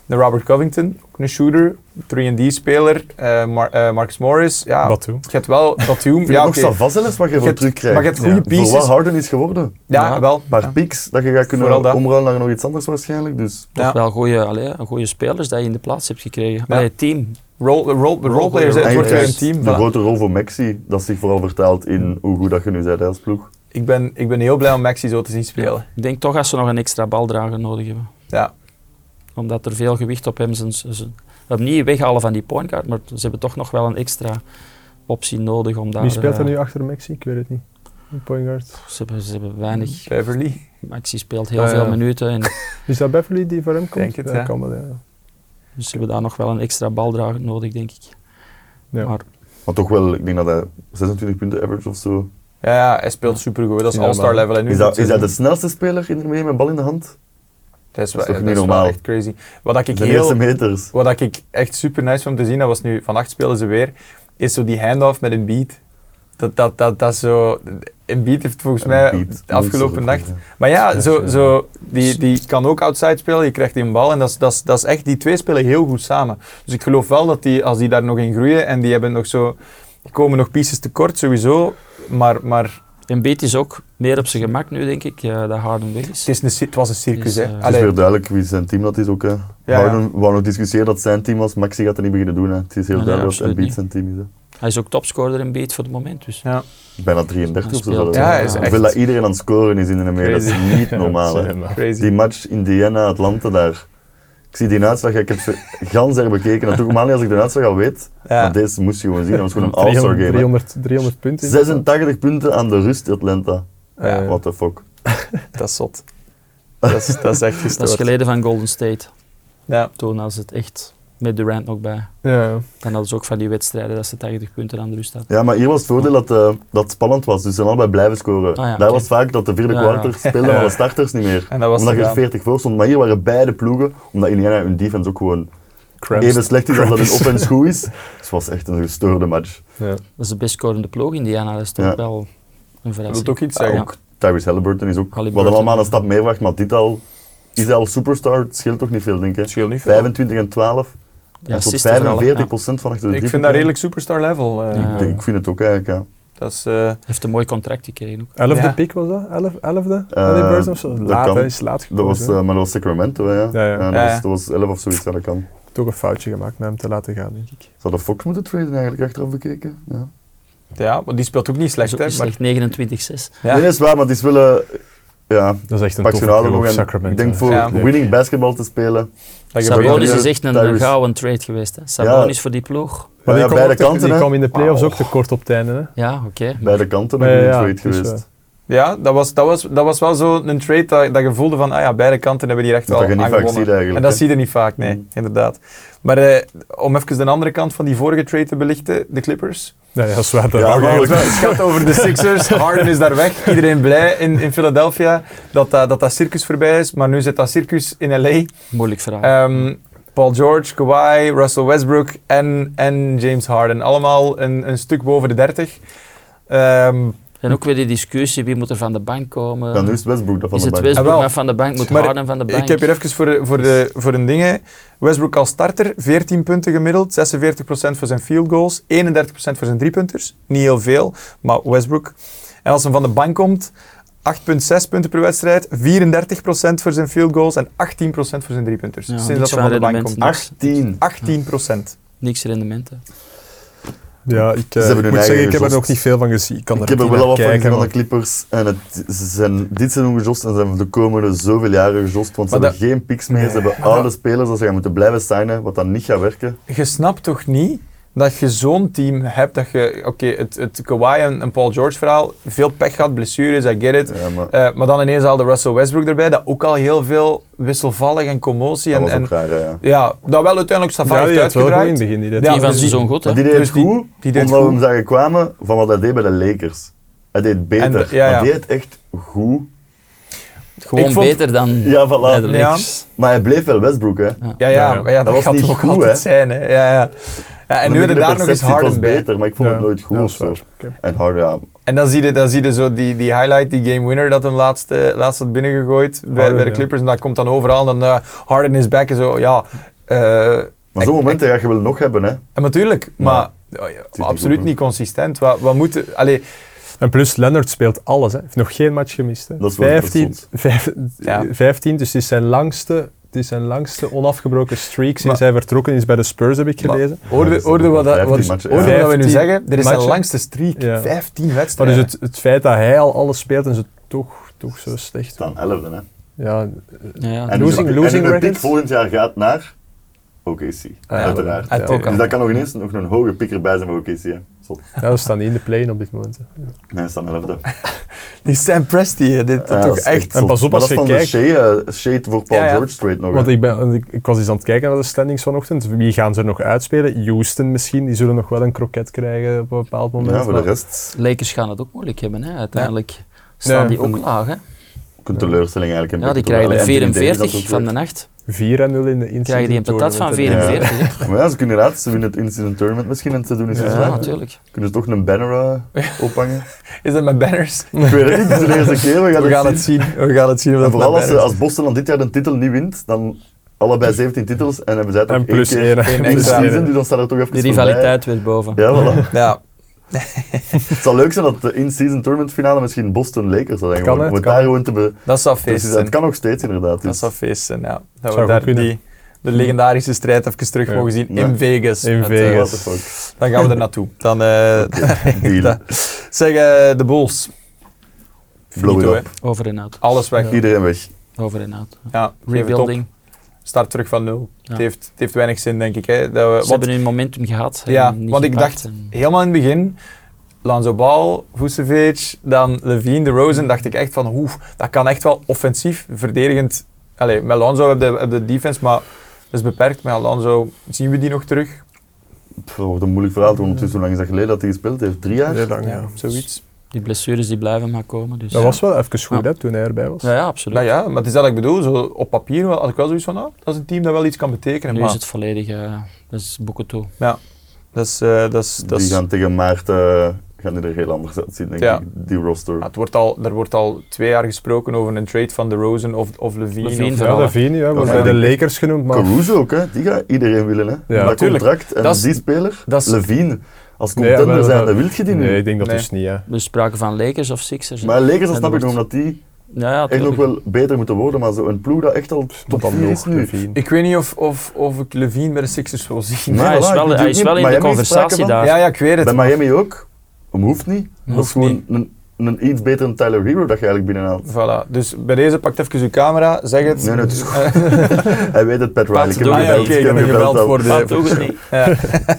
een Robert Covington, ook een shooter, drie en D-speler, uh, Mar- uh, Marcus Morris. Ja, Batum. Je hebt wel Batum. ja, ja, nog okay. Savas zelfs wat je voor terugkrijgt. Maar je hebt goede Ja. pieces. Voor wat Harden is geworden. Ja, Ja. wel. Maar Ja. picks dat je gaat kunnen omruilen naar nog iets anders waarschijnlijk. Dus. Toch Ja. wel goede spelers dat je in de plaats hebt gekregen. Ja. Allee, team. Role, role, roleplayers, het En wordt je weer een krijgt team. de Voilà. grote rol voor Maxi, dat zich vooral vertaalt in hoe goed dat je nu bent als ploeg. Ik ben, ik ben heel blij om Maxi zo te zien spelen. Ik denk toch dat ze nog een extra baldrager nodig hebben. Ja. Omdat er veel gewicht op hem zijn. Ze hebben niet weghalen van die point guard, maar ze hebben toch nog wel een extra optie nodig om daar... Wie speelt er uh, nu achter Maxi? Ik weet het niet. Een point guard. Ze hebben, ze hebben weinig... Beverly. Maxi speelt heel Ah, veel ja. minuten. En Is dat Beverly die voor hem komt? Denk het, ja. ja. Kan wel, ja. dus ze hebben daar nog wel een extra baldrager nodig, denk ik. Ja. Maar Maar toch wel, ik denk dat hij zesentwintig punten average of zo. Ja, ja, hij speelt supergoed. Dat is Ja, all-star maar- level. En nu Is dat, dit is dat de seizoen. snelste speler in de N B A met bal in de hand? Dat is, dat is wel, toch dat niet is wel normaal? echt crazy. Wat ik, De eerste heel, meters. wat ik echt super nice vond om te zien, dat was nu vannacht spelen ze weer, is zo die handoff met een beat. Dat, dat, dat, dat zo... Embiid heeft volgens mij Embiid, de afgelopen monster, nacht... Maar ja, Ja, zo, ja. zo, die, die kan ook outside spelen, je krijgt die een bal en dat is, dat, is, dat is echt... Die twee spelen heel goed samen. Dus ik geloof wel dat die, als die daar nog in groeien en die hebben nog zo... Die komen nog pieces tekort, sowieso, maar... maar Embiid is ook meer op zijn gemak nu, denk ik, uh, dat Harden weg is. het, is een, ci- het was een circus, Dus, hè. uh, Het is Allee, weer duidelijk wie zijn team dat is ook. Hè. Ja, ja. Harden wou nog discussiëren dat het zijn team was, Maxi gaat er niet beginnen doen. Hè. Het is heel Nee, duidelijk dat absoluut Embiid niet. zijn team is. Hè. Hij is ook topscorer Embiid voor het moment, dus... ja. Bijna drieëndertig Hij of zo. speelt, zelfs. Ja, hij is Hoeveel echt- dat iedereen aan het scoren is in de N B A, dat is Crazy. niet normaal. Hè. Ja, maar- Crazy. Die match Indiana, Atlanta daar. Ik zie die uitslag, ik heb het gans herbekeken. En toch normaal niet als ik de uitslag al weet. Ja. Maar deze moest je gewoon zien, dat was gewoon een all-star game. hè. driehonderd, driehonderd punten. in zesentachtig punten aan de rust Atlanta. Ja. What the fuck. Dat is zot. Dat is, dat is echt Dat gestoord. is geleden van Golden State. Ja. Toen was het echt met Durant nog bij. Ja. Dan hadden ze ook van die wedstrijden dat ze tachtig punten aan de rust hadden. Ja, maar hier was het voordeel dat, uh, dat het spannend was, dus ze zijn allebei blijven scoren. Ah ja, Daar oké. was het vaak dat de vierde Ja, kwartier ja. speelden Ja. alle starters niet meer. En dat was Omdat je er er veertig voor stond. Maar hier waren beide ploegen, omdat Indiana hun defense ook gewoon Cramps. even slecht is als dat hun Cramps. offense goed is. Dus het was echt een gestoorde match. Ja. Dat is de best scorende ploeg, Indiana. Dat is toch Ja. wel een Dat verrassing. wil ook iets Ja, zeggen. ook Tyrese Halliburton is ook... We Halliburton. hadden allemaal een stap meer verwacht, maar dit al... Is hij al superstar? Het scheelt toch niet veel, denk ik. Het scheelt niet veel. vijfentwintig en twaalf. Ja, En tot assisten vooral, vijfenveertig ja. procent van achter de Ik drie vind dat punten. redelijk superstar level. eh. Ja. Ik, denk- ik vind het ook eigenlijk, ja. Dat is... eh, Hij heeft een mooi contract gekregen ook. Elfde Ja. pick was dat? Elf, elfde? Eh, Halliburton of zo? dat Laat, kan. hè, is laat Dat gekozen. was, hè. uh, maar dat was Sacramento, hè, ja. Ja, ja. dat, Ja, ja. Was, dat was elf of zoiets, ja, dat kan. Toch een foutje gemaakt met hem te laten gaan, denk ik. Zou de Fox moeten traden eigenlijk, achteraf bekeken? Ja. ja, maar die speelt ook niet slecht, Zo hè. is Maar, slecht negenentwintig zes. ja. Nee, dat is waar, maar het is wel... Uh, ja, Dat is echt een pak toffe je nou ploeg, nog en Sacramento. ik denk voor Ja. winning basketbal te spelen. Dat je Sabonis ja, is echt een, Tyrese- een gouden trade geweest. Hè. Sabonis voor die ploeg. Maar Ja, die kwam beide ook te- kanten, Die hè. kwam in de playoffs Wauw. ook tekort op het einde. Hè. Ja, oké. Beide kanten Ja, nog ja, niet ja, trade het is geweest. Ja, dat was, dat, was, dat was wel zo een trade dat, dat je voelde van, ah ja, beide kanten hebben die echt Dat wel je niet aan vaak gewonnen. ziet eigenlijk, En dat hè. zie je niet vaak, nee, Mm. inderdaad. Maar eh, om even de andere kant van die vorige trade te belichten, de Clippers. Ja, ja, dat is waar. Dat Ja, wou ik maar eigenlijk- Het gaat over de Sixers, Harden is daar weg, iedereen blij in, in Philadelphia dat dat, dat dat circus voorbij is, maar nu zit dat circus in L A. Moeilijk verhaal. Ehm, Paul George, Kawhi, Russell Westbrook en, en James Harden. Allemaal een, een stuk boven de dertig. Ehm, en ook weer die discussie, wie moet er van de bank komen? Ja, nu is het Westbrook dat van is de het bank. Westbrook Ah, wel. maar van de bank, moet Maar Harden van de bank? Ik heb hier even voor, de- voor, de, voor een ding. Westbrook als starter, veertien punten gemiddeld, zesenveertig procent voor zijn field goals, eenendertig procent voor zijn driepunters. Niet heel veel, maar Westbrook. En als hij van de bank komt, acht komma zes punten per wedstrijd, vierendertig procent voor zijn field goals en achttien procent voor zijn driepunters. Ja, Sinds niks dat hij van van de bank rendement. komt. achttien. achttien procent. Niks rendementen. Ja, ik, eh, hebben ik hun moet eigen zeggen, ik heb er gejost. nog niet veel van gezien. Ik, kan Ik er heb er niet wel naar al wat van kijken, gezien van de maar- Clippers. En het, ze zijn dit seizoen gejost en ze hebben de komende zoveel jaren gejost. Want ze Maar hebben geen picks meer. Nee, Ze hebben maar oude dat- spelers dat ze gaan moeten blijven signen, wat dan niet gaat werken. Je snapt toch niet dat je zo'n team hebt dat je... Oké, okay, het, het Kawhi en, en Paul George verhaal, veel pech gehad, blessures, I get it. Ja, maar Uh, maar dan ineens haalde Russell Westbrook erbij, dat ook al heel veel wisselvallig en commotie. dat En, was en ook raar, ja. ja, dat wel uiteindelijk Ja, Safari die heeft had wel goed in uitgedraaid. het begin. Die deed Ja, die van dus die- seizoen goed, hè? Maar die deed Dus die- goed, die deed omdat we goed. hem zagen kwamen van wat hij deed bij de Lakers. Hij deed beter, En de- ja, ja. maar die deed echt goed. Gewoon Ik vond- beter dan Ja, voilà. bij de Ja. Lakers. Maar hij bleef wel Westbrook, hè. Ja, ja, Ja, maar ja, dat, dat was gaat niet hem ook goed, altijd hè? zijn. Hè. Ja, ja. Ja, en Dan nu denk er ik, de daar nog eens perceptie was Harden bij. beter, maar ik vond Ja. het nooit goed Ja, of dat is zo. waar. Oké. En Harden, ja. En dan zie je, dan zie je zo die, die highlight, die game winner dat hem laatst, eh, laatst had binnengegooid bij, Harden, bij de ja. Clippers. En dat komt dan overal. En dan uh, Harden is back en zo. Ja, Uh, maar zo'n momenten ga je wel nog hebben, hè? En natuurlijk, maar ja, ja, absoluut niet, niet consistent. Wat, wat moeten... Allee, en plus, Leonard speelt alles. Hij heeft nog geen match gemist. Hè. Dat is wel, vijftien, dat is vijf, ja. vijftien, dus het is zijn langste, het is zijn langste onafgebroken streak sinds maar, hij vertrokken is bij de Spurs, heb ik gelezen. Hoorde ja, wat, wat, wat, wat we nu zeggen? Dit is zijn langste streak. Ja. vijftien wedstrijden. Maar dus het, het feit dat hij al alles speelt en ze toch, toch zo slecht dan elfde, hè? Ja. ja. En losing, dus, losing en de pick volgend jaar gaat naar O K C, ah, ja, uiteraard. Ja. Ja. Dus dat kan nog ineens nog een hoge pick erbij zijn voor O K C. Hè. Ja, we staan niet in de play-in op dit moment. Hè. Nee, we staan elfde. Die Sam Presti, dit ja, toch echt... En pas op als je kijkt... Dat is van de Shea, Shea voor Paul ja, ja. George trade nog. Want ik, ben, ik, ik was eens aan het kijken naar de standings vanochtend. Wie gaan ze nog uitspelen? Houston misschien, die zullen nog wel een kroket krijgen op een bepaald moment. Ja, voor de rest... Lakers gaan het ook moeilijk hebben, hè. Uiteindelijk ja. staan ja. die ook laag, hè. Een teleurstelling eigenlijk. Ja, die krijgen de vierenveertig van de nacht. vier en nul in de in-season krijgen die een patat van vierenveertig. Ja. Maar ja, ze kunnen inderdaad, ze winnen het in-season tournament misschien en het seizoen is ja, ja, natuurlijk. Kunnen ze toch een banner uh, ophangen? Is dat met banners? Ik weet het niet, het is de eerste keer. We gaan, we het, gaan zien. het zien. We gaan het zien. En vooral als, als Boston dan dit jaar de titel niet wint, dan allebei zeventien titels en hebben zij toch en plus één keer één, in de season, dus dan staat er toch even de rivaliteit weer boven. Ja, voilà. Ja. Het zou leuk zijn dat de in-season tournament finale misschien Boston Lakers zou zijn. Kan, om het daar gewoon te be... Dat zou feest zijn. Het kan nog steeds inderdaad. Dus. Dat zou feest zijn, ja. Dat we daar die, de legendarische strijd even terug ja. mogen zien ja. in Vegas. In met, Vegas. Uh, dan gaan we er naartoe. Dan, uh, okay. Zeg, uh, de Bulls. Finito, over en out. Alles weg. Ja. Iedereen weg. Over en out. Ja, rebuilding. Start terug van nul. Ja. Het, heeft, het heeft weinig zin, denk ik. Hè, dat we, Ze wat, hebben hun momentum gehad. Ja, want ik dacht en... helemaal in het begin... Lonzo Ball, Vucevic, dan Levine, DeRozan, dacht ik echt van oeh, dat kan echt wel offensief, verdedigend. Allee, met Lonzo heb je de, de defense, maar dat is beperkt. Met Lonzo zien we die nog terug? Pff, dat wordt een moeilijk verhaal, want hoe lang is dat geleden dat hij gespeeld heeft? Drie jaar? Heel lang, ja. ja. Zoiets. Die blessures die blijven maar komen. Dus. Dat was wel even goed, ja. hè, toen hij erbij was. Ja, ja absoluut. Ja, ja, maar het is dat ik bedoel, zo op papier had ik wel zoiets van, nou, dat is een team dat wel iets kan betekenen. Nu maar... is het volledig, uh, dat is boeken toe. Ja, dat is... Uh, dat is die gaan tegen maart... Uh, gaan die er heel anders uitzien, denk ja. ik, die roster. Ja, het wordt al, er wordt al twee jaar gesproken over een trade van DeRozan of, of Levine. Levine, of, ja, Levine, ja, wordt bij de Lakers genoemd. Maar... Caruso ook, hè. Die gaat iedereen willen. Hè. Ja, dat contract en dat is, die speler, dat is, Levine, als contender nee, zijn, dat wil je die nu. Nee, ik denk dat nee. dus niet. Hè. We spraken van Lakers of Sixers. Maar Lakers, dat snap ik nog, omdat die ja, ja, echt nog wel beter moeten worden, maar zo een ploeg dat echt al top vier is nu. Levine. Ik weet niet of, of, of ik Levine bij de Sixers wil zien. Nee, hij is wel, hij is wel in de conversatie daar. Ja, ja, ik weet het. Bij Miami ook. Maar hoeft niet. Hoeft dat is gewoon een, een iets betere Tyler Hero dat je eigenlijk binnenhaalt. Voilà. Dus bij deze pakt even uw camera, zeg het. Nee, nee, het is goed. Hij weet het, Pat Riley. Ik heb hem gebeld. Ik heb hem gebeld voor de... Pat doet het niet. Ja.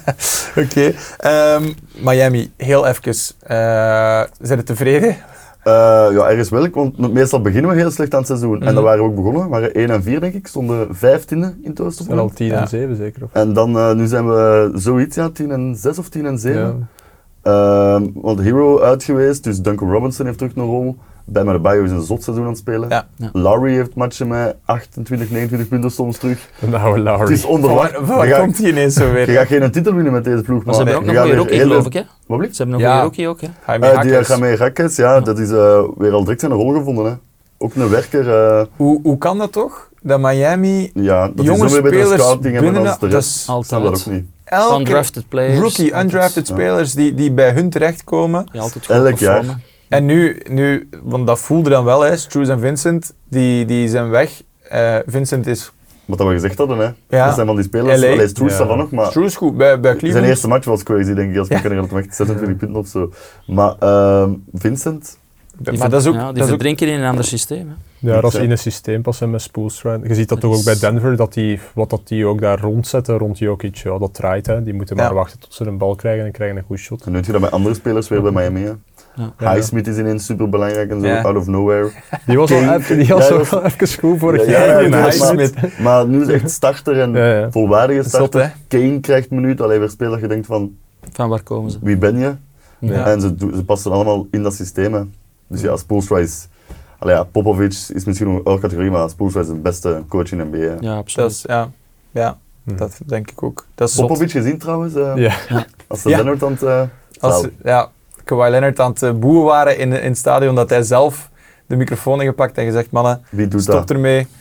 Oké. Okay. Um, Miami, heel even. Uh, zijn we tevreden? Uh, ja, ergens wel. Want meestal beginnen we heel slecht aan het seizoen. Mm. En dat waren we ook begonnen. We waren één en vier, denk ik. Stonden vijftiende in het oosten. En al tien en zeven zeker? Of? En dan, uh, nu zijn we zoiets, ja, tien en zes of tien en zeven. Ja. Uh, want Hero uit geweest, dus Duncan Robinson heeft terug een rol. Bam Adebayo is een zot seizoen aan het spelen. Ja. Ja. Larry heeft matchen met achtentwintig, negenentwintig punten soms terug. Nou, Larry. Het is onderwacht. Waar ga, komt hij ineens zo weer? Je gaat geen titel winnen met deze ploeg. Maar ze hebben ook nog een rookie, geloof ik, hè? Wat blieft? Ze hebben nog ja. een rookie ook, hè? Uh, die Jaime Jaquez, ja, dat is uh, weer al direct zijn rol gevonden. Hè. Ook een werker. Uh, hoe, hoe kan dat toch? Dat Miami ja, dat jonge is spelers scouting binnen... Als de rest, dat is altijd. Dat ook niet. Elke undrafted players. Rookie, undrafted ja. spelers die, die bij hun terechtkomen. Die altijd goed elk jaar. performen. En nu, nu, want dat voelde dan wel, hè, Strus en Vincent, die, die zijn weg. Uh, Vincent is... Wat we gezegd hadden, hè. Ja. Dat zijn van die spelers. L A. Allee, Strus ja. van nog, maar... Strus goed, bij, bij Cleveland. Zijn eerste match was crazy, denk ik, als ik me herinner. Echt zesentwintig punten of zo. Maar uh, Vincent... Die, maar dat is ook, ja, die dat verdrinken in een ander systeem. Hè. Ja, dat is in een systeem passen met Spoelstra. Je ziet dat toch ook bij Denver, dat die, wat dat die ook daar rondzetten rond Jokic, ja, dat draait. Hè. Die moeten maar ja. wachten tot ze een bal krijgen en krijgen een goed shot. En nu doe je dat bij andere spelers weer bij Miami. Hè. Ja. Highsmith is ineens super belangrijk en zo, ja. out of nowhere. Die was King, al even, die was ja, was, wel even goed vorig ja, jaar. Ja, ja, Highsmith. Maar, maar nu is echt starter en ja, ja. volwaardige starter. Zot, Kane krijgt minuten, alleen weer spelen dat je denkt van... Van waar komen ze? Wie ben je? Ja. En ze, ze passen allemaal in dat systeem. Hè. Dus ja, Spoelstra is... Allee, ja, Popovic is misschien nog een andere categorie, maar Spoelstra is de beste coach in de N B A. Ja, absoluut. Dat is, ja, ja hm. dat denk ik ook. Dat is Popovic zot. gezien trouwens, uh, ja. als ze ja. Leonard aan het... Uh, als, ja, Kawhi Leonard aan het boeien waren in, in het stadion, dat hij zelf de microfoon ingepakt en gezegd, mannen, Wie doet stop dat? ermee.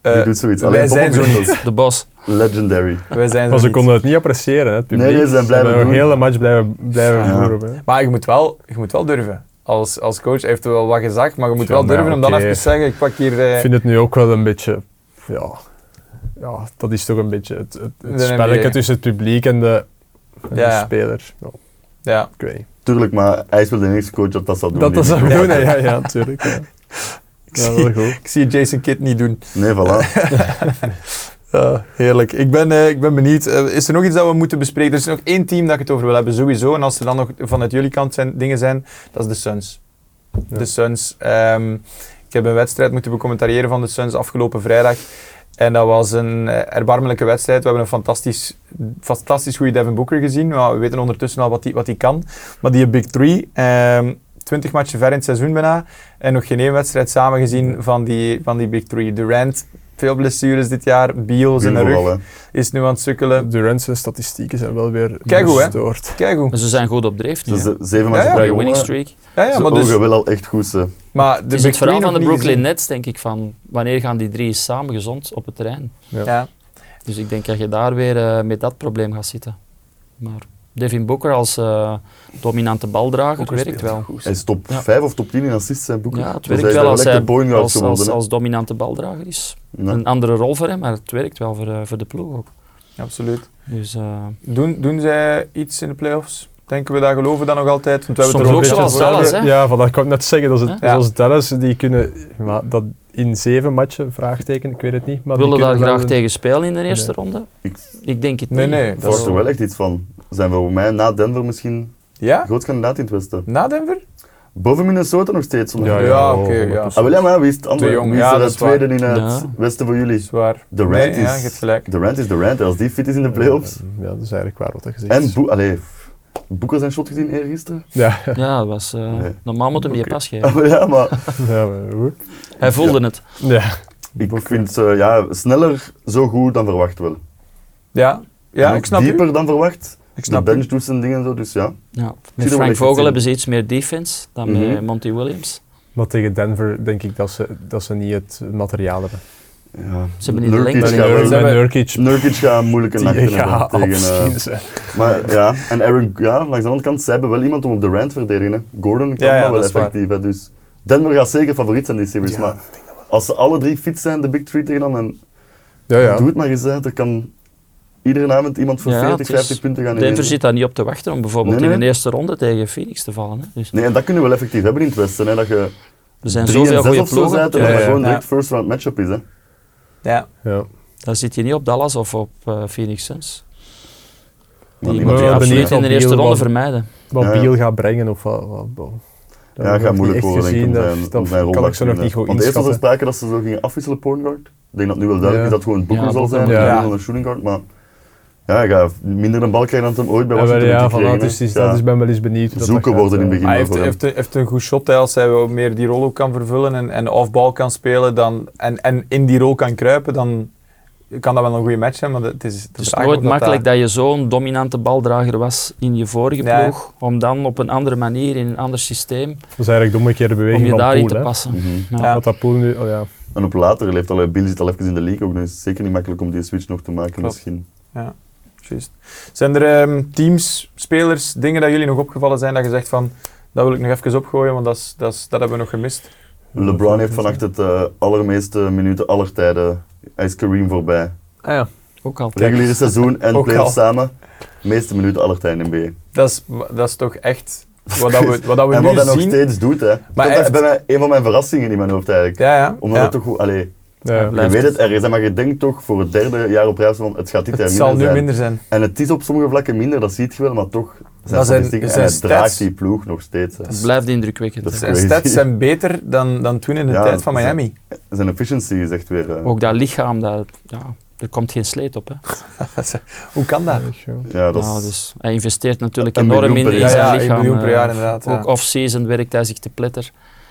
Uh, Wie doet zoiets? Wij Alleen zijn zo niet. De Bos. Legendary. Wij zijn maar ze niet. konden het niet appreciëren, hè, het publiek. Nee, nee, ze zijn blijven ze doen. een hele match blijven, blijven Ja. voeren. Hè. Maar je moet wel, je moet wel durven. Als, als coach heeft hij wel wat gezegd, maar je moet Ja, wel durven maar om dan oké. even te zeggen, ik pak hier... Uh, Ik vind het nu ook wel een beetje... Ja, ja dat is toch een beetje het, het, het De spelletje N B A. tussen het publiek en de, en Ja. de speler. Ja, ja. ik weet niet. Tuurlijk, maar hij is wel de enige coach dat dat zal doen. Dat dat die- zou doen, hè. ja, ja, natuurlijk. Ja. Ik, Ja, zie, wel goed. ik zie Jason Kidd niet doen. Nee, voilà. Ja, heerlijk. Ik ben, uh, ik ben benieuwd. Uh, is er nog iets dat we moeten bespreken? Er is nog één team dat ik het over wil hebben, sowieso. En als er dan nog vanuit jullie kant zijn, dingen zijn, dat is de Suns. Ja. De Suns. Um, ik heb een wedstrijd moeten becommentariëren van de Suns afgelopen vrijdag. En dat was een uh, erbarmelijke wedstrijd. We hebben een fantastisch, fantastisch goede Devin Booker gezien. Maar we weten ondertussen al wat hij wat kan. Maar die Big Three, um, twintig matchen ver in het seizoen bijna. En nog geen één wedstrijd samen gezien van die, van die Big Three. Durant, veel blessures dit jaar. Beal, zijn rug, Vooral, hè. is nu aan het sukkelen. Durant's statistieken zijn wel weer Kijk hoe, hè. gestoord. Kijk hoe. Maar ze zijn goed op dreef nu. Ze hè. z- zeven Ja, matchen ja. vrij Die winning gewonnen. streak. Ja, ja, Ze maar, dus, ogen wel al echt goed, ze. maar de Het is Big het verhaal Three van de nog niet Brooklyn gezien. Nets, denk ik, van wanneer gaan die drie samen gezond op het terrein. Ja. Ja. Dus ik denk dat je daar weer uh, met dat probleem gaat zitten. Maar Devin Booker als uh, dominante baldrager Booker werkt speelt wel. goed. Hij is top Ja. vijf of top tien in assists, zijn Booker. Ja, het Dus werkt hij is wel als lekker hij point guard als, als, geworden, hè. als dominante baldrager is. Ja. Een andere rol voor hem, maar het werkt wel voor, uh, voor de ploeg ook. Absoluut. Dus, uh, Doen, doen zij iets in de playoffs? Denken we dat, geloven we dat nog altijd? Want we hebben Soms het ook er al zoals een beetje Dallas, over. hè? Ja, van dat kan ik net zeggen. Dat is het, Ja. Zoals Dallas, die kunnen... Maar dat in zeven matchen, vraagteken, ik weet het niet. Maar die willen daar kunnen wel graag een- tegen spelen in de eerste Nee. ronde? Ik- Ik denk het Nee, niet. nee. Ik Dat verwacht is- er wel echt iets van. Zijn we voor mij na Denver misschien Ja? groot kandidaat in het westen. Na Denver? Boven Minnesota nog steeds. Zonder Ja, Ja, ja, oké, honderd ja. procent. Ah, wel, ja, maar wie is het andere? Te jong. Wie is Ja, er dat het is waar. tweede in het Ja. westen voor jullie? Zwaar. Durant Nee, is... ja, je hebt gelijk. Durant is Durant. Als die fit is in de playoffs. Ja, dat is eigenlijk waar wat je zegt. En Bo Allee, Booker zijn shot gezien eergisteren? Ja, Ja, dat was, uh, Nee. normaal moet hem die pas geven. Ah, maar ja, maar ja, maar goed. Hij voelde het. Ja. ik vind ze ja, sneller zo goed dan verwacht wel. Ja, ja En ik ook snap dieper u. dan verwacht. Ik De snap bench u. doet zijn dingen zo, dus ja. Ja. er Met wel Frank echt Vogel in. hebben ze iets meer defense dan Mhm. met Monty Williams. Maar tegen Denver denk ik dat ze, dat ze niet het materiaal hebben. ja. Ze hebben niet de Nurkic lengte. gaat Met wel- Ze hebben- Nurkic, Nurkic gaat moeilijke die nachten gaat hebben tegen... eh, afschieten, ze. maar ja, en Aaron, ja, langs de andere kant, ze hebben wel iemand om op de rand te verdedigen. Hè. Gordon kan Ja, ja, dat wel dat is waar. effectief. Hè, dus Denver gaat zeker favoriet zijn in die series. Ja, maar als ze alle drie fit zijn, de Big Three tegen dan, en Ja, ja. doe het maar eens. Hè. Er kan iedere avond iemand voor Ja, veertig, het is- vijftig punten gaan Denver ineens. zit daar niet op te wachten om bijvoorbeeld Nee, nee. in de eerste ronde tegen Phoenix te vallen. Hè. Dus Nee, en dat kunnen we wel effectief hebben in het Westen. Hè, dat je er zijn drie en zoveel zes goede of zo ploegen. bent en Ja, dat ja. dat gewoon Ja. direct first round matchup is. Hè. Ja. Ja. Dan zit je niet op Dallas of op uh, Phoenix Suns. Die Maar moet je benieuwd absoluut wat in de eerste Beal ronde wat- vermijden. Wat Ja, ja. Beal gaat brengen of wat... wat, wat. Dat Ja, heb ik gaat nog moeilijk niet echt worden, denk ik, om gezien, zijn, dat- om zijn dat rol kan ik zo nog te niet goed Want eerst was er inschatten. sprake dat ze zo gingen afwisselen point guard. Ik denk dat nu wel duidelijk Ja. is dat gewoon Booker Ja, zal Booker, zijn, ja. ja. dan een shooting guard. Maar ja, hij gaat minder een bal krijgen dan hij ooit bij Ja, wel, Washington ja, heeft van, gekregen, dus hè. is, Ja. dat is ben wel eens benieuwd. hoe dat Zoeken dat gaat, worden in het ja. begin. Hij heeft, voor hem. heeft, een- heeft een goed shot hè, als hij wel meer die rol ook kan vervullen en, en off-bal kan spelen dan, en, en in die rol kan kruipen, dan kan dat wel een goede match zijn. Maar het is, Het is nooit makkelijk dat je zo'n dominante baldrager was in je vorige Ja. ploeg, om dan op een andere manier, in een ander systeem, Dat is eigenlijk de omgekeerde om beweging je van daarin Poel, te hè. passen. Mhm. Ja. Ja. Wat dat Poel nu... Oh, ja. En op later leeft al, Bill zit al even in de league ook, dus het is zeker niet makkelijk om die switch nog te maken Klopt. misschien. Ja, juist. Zijn er ehm, teams, spelers, dingen dat jullie nog opgevallen zijn dat je zegt van, dat wil ik nog even opgooien, want dat, is, dat, is, dat hebben we nog gemist. LeBron heeft vannacht het uh, allermeeste minuten aller tijden. Hij is Kareem voorbij. Ah, ja. Ook al. Reguliere seizoen en Ook playoffs al. samen. Meeste minuten aller tijden in de N B A. Dat is, dat is toch echt wat, dat we, wat dat we en nu wat hij nog zien. steeds doet, hè. Maar dat hij is bij mij een van mijn verrassingen in mijn hoofd eigenlijk. Ja, ja. Omdat ja. het toch goed... Allee, Ja. Ja. je Blijft weet het. het ergens, hè, maar je denkt toch voor het derde jaar op rij van het gaat dit jaar Het minder zal nu zijn. minder zijn. En het is op sommige vlakken minder, dat zie je wel, maar toch zijn Dat zijn- statistieken zijn en hij stats. draagt die ploeg nog steeds. Hè. Het blijft indrukwekkend. Dat is hè. Zijn crazy. stats zijn beter dan, dan toen in de Ja, tijd van zijn- Miami. Zijn efficiency is echt weer... uh, Ook dat lichaam, dat, ja, er komt geen sleet op. Hè. Hoe kan dat? ja, dat Ja, is... dus hij investeert natuurlijk Een enorm in, miljoen per in jaar. zijn Ja, ja, lichaam. een miljoen per eh, jaar inderdaad. Ja. Ook off-season werkt hij zich te pletter.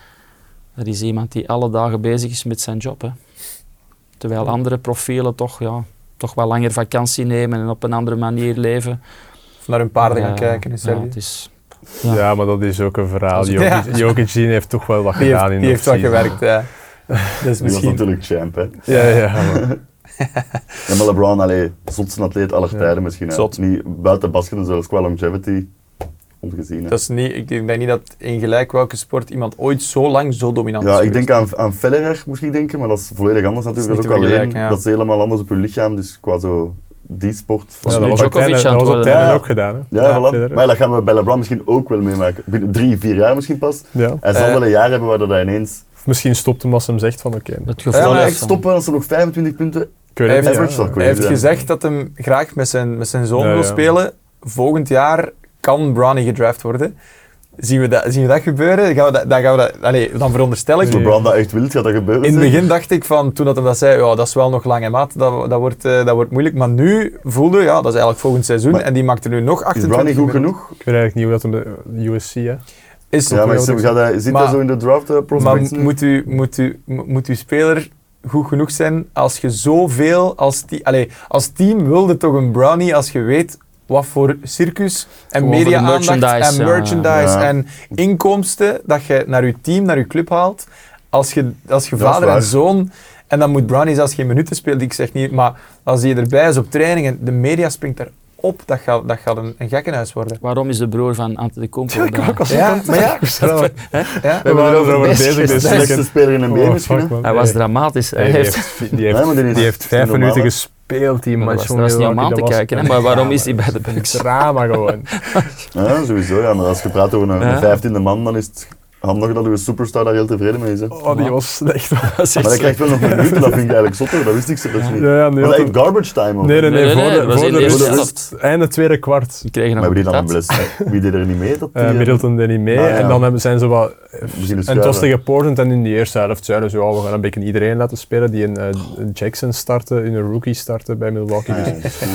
Dat is iemand die alle dagen bezig is met zijn job. Hè. Terwijl andere profielen toch, ja, toch wel langer vakantie nemen en op een andere manier leven. Of naar hun paarden gaan Ja, kijken in ja, Servië. het is, Ja. Ja. maar dat is ook een verhaal. Ja. Jokic, Jokic heeft toch wel wat Die heeft, gedaan in die de heeft wat offseason. gewerkt. Ja. Dat is Die misschien... was natuurlijk champ, hè. Ja, ja. Maar. Ja, maar LeBron, allee, zotste atleet aller Ja. tijden misschien. Hè. Zot. Niet, buiten basket en zo, is qua longevity ongezien. Hè. Dat is niet, ik denk niet dat in gelijk welke sport iemand ooit zo lang zo dominant Ja, is ik denk aan, aan Federer, moest ik denken, maar dat is volledig anders natuurlijk. Dat Dat is is niet ook te alleen, vergelijken, ja. dat is helemaal anders op je lichaam, dus qua zo die sport. Was Ja, nu dat was op Djokovic het einde- aan het dat was op het worden, einde hè? ook gedaan. Hè. Ja, Ja, voilà. Federer. Maar dat gaan we bij LeBron misschien ook wel meemaken. Binnen drie, vier jaar misschien pas. Ja. Hij zal Eh. wel een jaar hebben waar dat hij ineens... Of misschien stopt hem als hem zegt van oké. Het Hij gevoel zal maar echt van- stoppen als er nog vijfentwintig punten... Ik weet Hij het niet, heeft- ja. zal Hij heeft Ja. gezegd dat hij graag met zijn, met zijn zoon Ja, wil ja. spelen. Volgend jaar kan Bronny gedraft worden. Zien we dat, zien we dat gebeuren? Gaan we dat, dan, gaan we dat, allee, dan veronderstel ik... Als LeBron dat echt wil, gaat dat gebeuren. In het zeg. begin dacht ik van, toen dat hij dat zei, ja, dat is wel nog lang en maat, dat, dat, wordt, eh, dat wordt moeilijk. Maar nu voelde, ja, dat is eigenlijk volgend seizoen Maar en die maakt er nu nog Is achtentwintig Bronny goed minuten. genoeg? Ik weet eigenlijk niet hoe dat hem de U S C, hè. Is, Ja, maar is, ook gaat hij, zit Maar- hij zo in de draft uh, maar prospects nu? moet, u, moet, u, mo- moet uw speler goed genoeg zijn als je zoveel als, te- allee, als team wilde toch een Brownie als je weet wat voor circus en Gewoon voor de media-aandacht en merchandise, ja. merchandise Ja. en inkomsten dat je naar je team, naar je club haalt. Als je, als je Dat is vader en waar. zoon, en dan moet Brownie zelfs geen minuten spelen, ik zeg niet, maar als hij erbij is op training en de media springt daarop, dat gaat, dat gaat een, een gekkenhuis worden. Waarom is de broer van Ante de Compel daar? Ja, maar ja, Ja. ja. We waren erover bezig bezig geweest. deze De slechtste weekend. speler in de N B A Oh, misschien. fuck, hè? man. Hij was dramatisch. Hij Nee, die heeft, heeft, die heeft, Ja, maar die is- die heeft is vijf normaal, minuten hè? gespeeld, die Maar match. dat was, van dat was niet om Milwaukee. aan te Dat was kijken, hè, maar waarom is hij bij de een Bucks? drama gewoon. Ja, sowieso. Ja, maar als je praat over een, Ja. een vijftiende man, dan is het handig dat je superstar daar heel tevreden mee is. Hè. Oh, die was slecht. Dat is Maar echt hij krijgt wel nog minuten, dat vind ik eigenlijk zotter. Dat wist ik zelfs niet. Ja, ja, nee, Was dat dat- echt garbage time? Of? Nee, nee, nee, Nee, nee, voor nee, de, dat was voor in de de eerste rust, einde tweede kwart. Die kregen Maar nog hebben die dan een een patat. bles? Wie deed er niet mee? Dat die, Uh, eh, Middleton deed niet mee. Nou ja. En dan hebben, zijn ze wat beginnen en schuiven. het was tegen Portland en in de eerste helft zeiden ze, oh, we gaan een beetje iedereen laten spelen die een, uh, een Jackson starten, in een rookie starten bij Milwaukee. Ah, ja, Dus, dat is goed.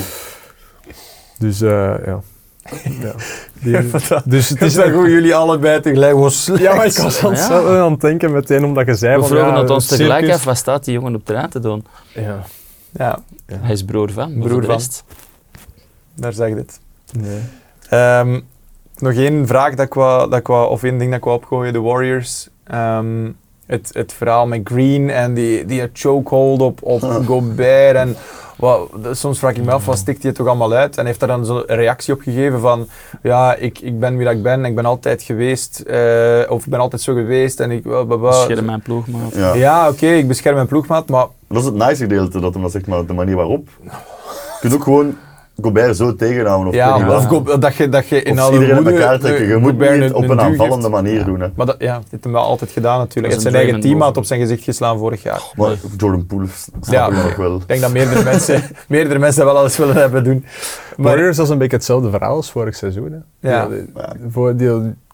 dus uh, ja. ja. Die, dus het Het is is wel goed, jullie allebei tegelijk was slecht. Ja, maar ik was aan het Ja. zelf aan het denken meteen omdat je zei We van vroegen ja, het ons circus- tegelijk af, wat staat die jongen op de raad te doen? Ja. Ja, Hij is broer van, maar Broer voor de van. rest- daar zeg je het. Nee. Ehm, nog één vraag dat ik wou, dat ik wou, of één ding dat ik wou opgooien, de Warriors. Ehm, het, het verhaal met Green en die, die chokehold op, op Gobert. En, wat, soms vraag ik me af, wat stikt hij toch allemaal uit? En heeft daar dan zo'n reactie op gegeven van, ja, ik, ik ben wie dat ik ben, ik ben altijd geweest, eh, of ik ben altijd zo geweest. En ik, wa- wa- wa- Scherm mijn ploegmaat. Ja. ja, oké, ik bescherm mijn ploegmaat, maar Dat is het nice gedeelte, dat hem dat zegt, maar de manier waarop. Je kunt ook gewoon Gobert zo tegenhouden. Of ja, ik weet niet of wat. Go- dat je, dat je in Of alle iedereen uit woede, elkaar trekken. Je eh, moet Gobert niet op een duw aanvallende geeft. manier Ja. doen. Hè. Maar dat, ja, dit heeft hem wel altijd gedaan natuurlijk. Dat Hij is heeft zijn een eigen Draymond teammaat move. op zijn gezicht geslaan vorig jaar. Maar Jordan Poole snap Ja. ik nog wel. Ik denk dat meerdere mensen, meerdere mensen dat wel eens willen hebben doen. Maar, Warriors was een beetje hetzelfde verhaal als vorig seizoen. Hè. Ja. Die- Ja. voor die,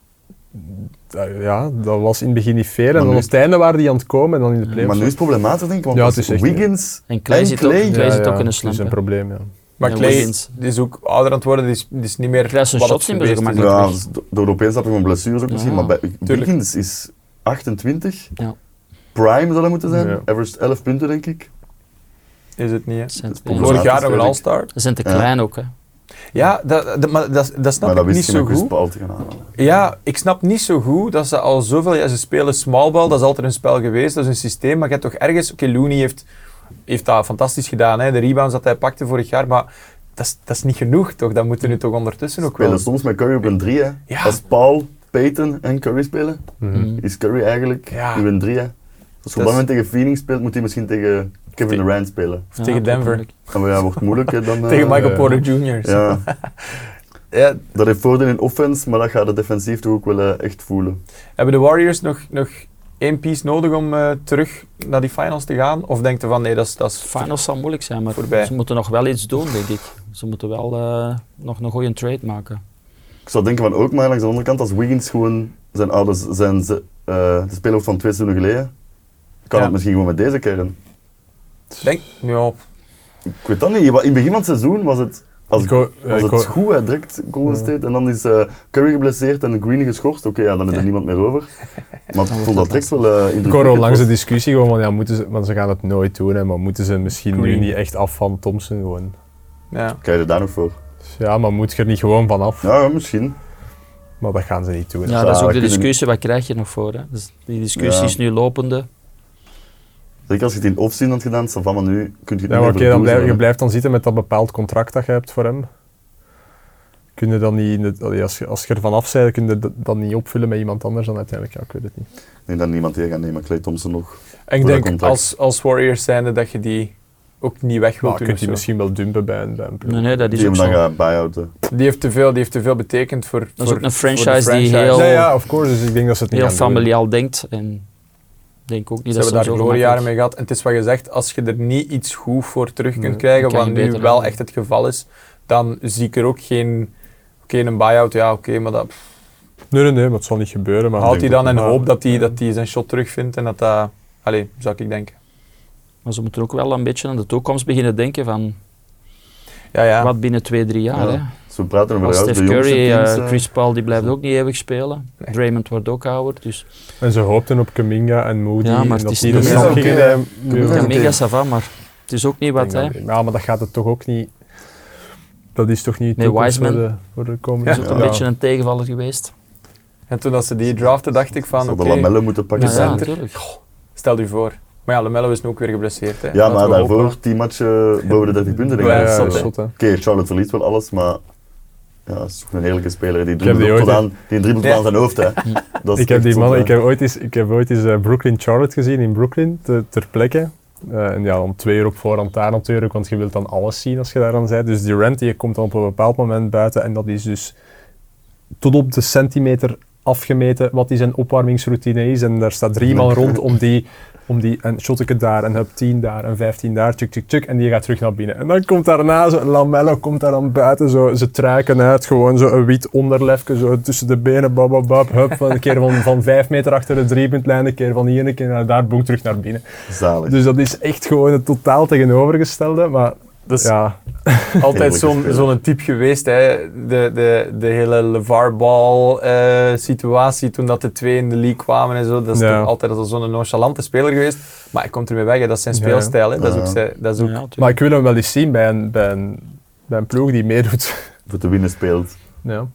ja, dat was in het begin niet fair. En Maar dan nu- op het einde waren die aan het komen en dan in de playoffs. Maar nu is het problematisch, denk ik, want Ja, als het is echt Wiggins En Clay en zit Clay, ook, Clay zit ook in een dat slump. is een hè. probleem, ja. maar Ja, Clay Wiggins. die is ook ouder aan het worden, die is, die is niet meer Krijgt zijn wat shots het niet meer zo geweest is. gemakkelijk. ja, do- door de opeenstapping van blessures ook misschien, Ja. maar bij, Tuurlijk. Wiggins is achtentwintig. Ja. Prime zou dat moeten zijn. Ja. Average elf punten, denk ik. Is het niet, hè? Dat zijn te- Vorig Vorig jaar jaar nog een speel ik. all-star. Ze zijn te Ja. klein ook, hè. Ja, dat, dat, maar dat, dat snap Maar dat ik niet wist je zo met Chris goed. Paul te gaan halen. Ja, ik snap niet zo goed dat ze al zoveel... Ja, ze spelen small ball, dat is altijd een spel geweest, dat is een systeem, maar je hebt toch ergens... Oké, Looney heeft, heeft dat fantastisch gedaan, hè, de rebounds dat hij pakte vorig jaar, maar dat is, dat is niet genoeg, toch? Dat moeten nu toch ondertussen ook wel... Spelen soms met Curry op een drie, hè. Ja. Als Paul, Peyton en Curry spelen, Mhm. is Curry eigenlijk Ja. in een drie, hè. Als je op dat is- moment tegen Phoenix speelt, moet hij misschien tegen Kevin Te- Durant spelen. Of tegen Denver. En maar ja, wordt moeilijk, hè, dan... eh, Tegen Michael ja. Porter junior Ja, Ja, dat heeft voordeel in offense, maar dat gaat het defensief toch ook wel eh, echt voelen. hebben de Warriors nog, nog één piece nodig om eh, terug naar die finals te gaan? Of denkt je van nee, dat is... Dat is Finals zal moeilijk zijn, maar Voorbij. ze moeten nog wel iets doen, denk ik. Ze moeten wel eh, nog een goede trade maken. Ik zou denken van ook, maar langs de andere kant, als Wiggins gewoon zijn oude, zijn, ze- eh, de speler van twee seizoenen geleden, kan Ja. het misschien gewoon met deze kern. denk, ja, Ik weet dat niet. In het begin van het seizoen was het, als, Ik hoor- ja, was ik het hoor- goed, hè, direct Golden Ja. State. En dan is eh, Curry geblesseerd en Green geschorst. Oké, ja, dan is er Ja. niemand meer over. Maar ik vond dat direct wel uh, Ik hoor al indrukwekkend. langs de discussie gewoon van, ja, moeten ze, want ze gaan het nooit doen, hè, maar moeten ze misschien nu Green. niet echt af van Thompson gewoon. ja. Krijg je daar nog voor? Dus ja, maar moet je er niet gewoon van af? Ja, ja, misschien. Maar dat gaan ze niet doen. Ja, hè. dat is ook de kunnen discussie, wat krijg je nog voor? Hè? Dus die discussie Ja. is nu lopende. Zeker als je het in off-season had gedaan, van maar nu kun je het ja, niet oké, meer dan doen, blijf, zo, je blijft dan zitten met dat bepaald contract dat je hebt voor hem. Kun je dan niet, in de, allee, als, je, als je ervan af bent, kun je dat dan niet opvullen met iemand anders dan uiteindelijk, ja, ik weet het niet. Ik denk dat niemand hier gaat nemen, Klay Thompson nog. En ik denk als, als Warriors zijnde dat je die ook niet weg wilt doen. Je kunt die misschien wel dumpen bij een, bij een ploeg. Nee, nee, dat is die ook hem dan zo. gaat buyouten. Die heeft te veel, die heeft te veel betekend voor. Dat is voor, ook een voor de franchise, die franchise. heel, Ja, ja, of course, dus ik denk dat ze het niet heel gaan doen. familiaal denkt. En ik denk ook niet Ze dat hebben ze daar zo gloriejaren gemakkelijk- mee gehad. En het is wat je zegt, als je er niet iets goed voor terug kunt Nee, krijgen, kan wat je nu beter wel hebben. echt het geval is, dan zie ik er ook geen... Oké, okay, een buyout, ja oké, okay, maar dat... Nee, nee, nee, maar het zal niet gebeuren. Maar Haalt hij dan en ja. hoop dat hij dat hij zijn shot terugvindt en dat dat... Allee, zou ik denken. Maar ze moeten ook wel een beetje aan de toekomst beginnen denken van Ja, ja. wat binnen twee, drie jaar. Ja. Hè. Dus we praten over Als jou, de Steph jongste Curry, teams. uh, uh, Chris Paul, die blijft ook niet eeuwig spelen. Nee. Draymond wordt ook ouder, dus... En ze hoopten op Kuminga en Moody. Ja, maar en het dat is die niet de meer slag zo. gingen Oké. nemen. Kuminga Ja, oké. mega ça va, maar het is ook niet wat, hè. Ja, maar dat gaat het toch ook niet... Dat is toch niet Nee, toekomst Wiseman. voor de, voor de komende... Ja. Dat is ook Ja. een beetje een tegenvaller geweest. En toen dat ze die draften, dacht ik van, Ze oké, hadden Lamello moeten pakken. Ja, ja, center. natuurlijk. stel je voor. Maar ja, LaMelo is nu ook weer geblesseerd. Hè. Ja, Laten maar we daarvoor hopen. tien matchen boven de dertig punten. denk Ja, ik. ja, Oké, zot, hè. zot, hè. Charlotte verliest wel alles, maar ja, het is toch een heerlijke speler. Die heb dribbelt die ook ooit, tot aan, die dribbelt tot Ja. aan zijn hoofd. Hè. Dat is Ik heb, echt die zot, man, hè. ik heb ooit eens, ik heb ooit eens uh, Brooklyn Charlotte gezien in Brooklyn, te, ter plekke. Uh, en ja, dan twee uur op voorhand daar natuurlijk, want je wilt dan alles zien als je daar dan bent. Dus Durant die komt dan op een bepaald moment buiten en dat is dus tot op de centimeter afgemeten wat die zijn opwarmingsroutine is. En daar staat drie man rond om die, om die en shotje daar en hup tien daar en vijftien daar, tjuk tjuk tjuk en die gaat terug naar binnen. En dan komt daarna zo, LaMelo komt daar dan buiten, zo, ze truiken uit, gewoon zo een wit onderlefje, zo tussen de benen, bababab, hup, een keer van, van vijf meter achter de driepuntlijn, een keer van hier, een keer naar daar, boek terug naar binnen. Zalig. Dus dat is echt gewoon het totaal tegenovergestelde, maar Dat is ja. altijd Heerlijke zo'n speler. zo'n type geweest. Hè. De, de, de hele LeVar Ball eh, situatie toen dat de twee in de league kwamen en zo. Dat is Ja. toch altijd al zo'n nonchalante speler geweest. Maar hij komt ermee weg, hè. Dat is zijn Ja. speelstijl. Hè. Dat is Ja. ook, zijn- dat is ook Ja, natuurlijk. Maar ik wil hem wel eens zien bij een, bij een, bij een ploeg die meedoet. Voor te winnen speelt. Ja.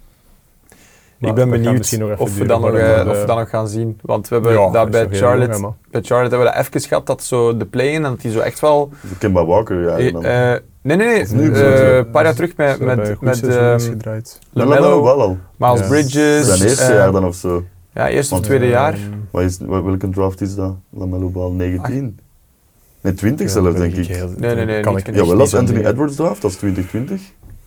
ik ben benieuwd of we, dat nog, uh, of we dat nog gaan zien. Want we hebben Ja, dat is bij toch heel Charlotte, jong, hè, maar. bij Charlotte hebben we dat even gehad, dat zo de play-in, en dat hij zo echt wel... De Kemba Walker, ja. eh, dan. eh, nee, nee, nee. Of nu, eh, zo, zo. een paar jaar terug met, Ze hebben met, een goed met seizoen is ehm, gedraaid. LaMelo LaMelo, wel al. Miles Ja. Bridges. Zijn eerste eh, jaar dan of zo. Ja, eerste of Want, tweede jaar. Wat is, wat, welke draft is dat? LaMelo Ball negentien? Nee, twintig Ja, zelfs, dat denk weet ik. heel- Nee, nee, nee, kan niet ik twintig. echt Jawel, niet als zo Anthony zeggen. Edwards draft, dat is twintig twintig.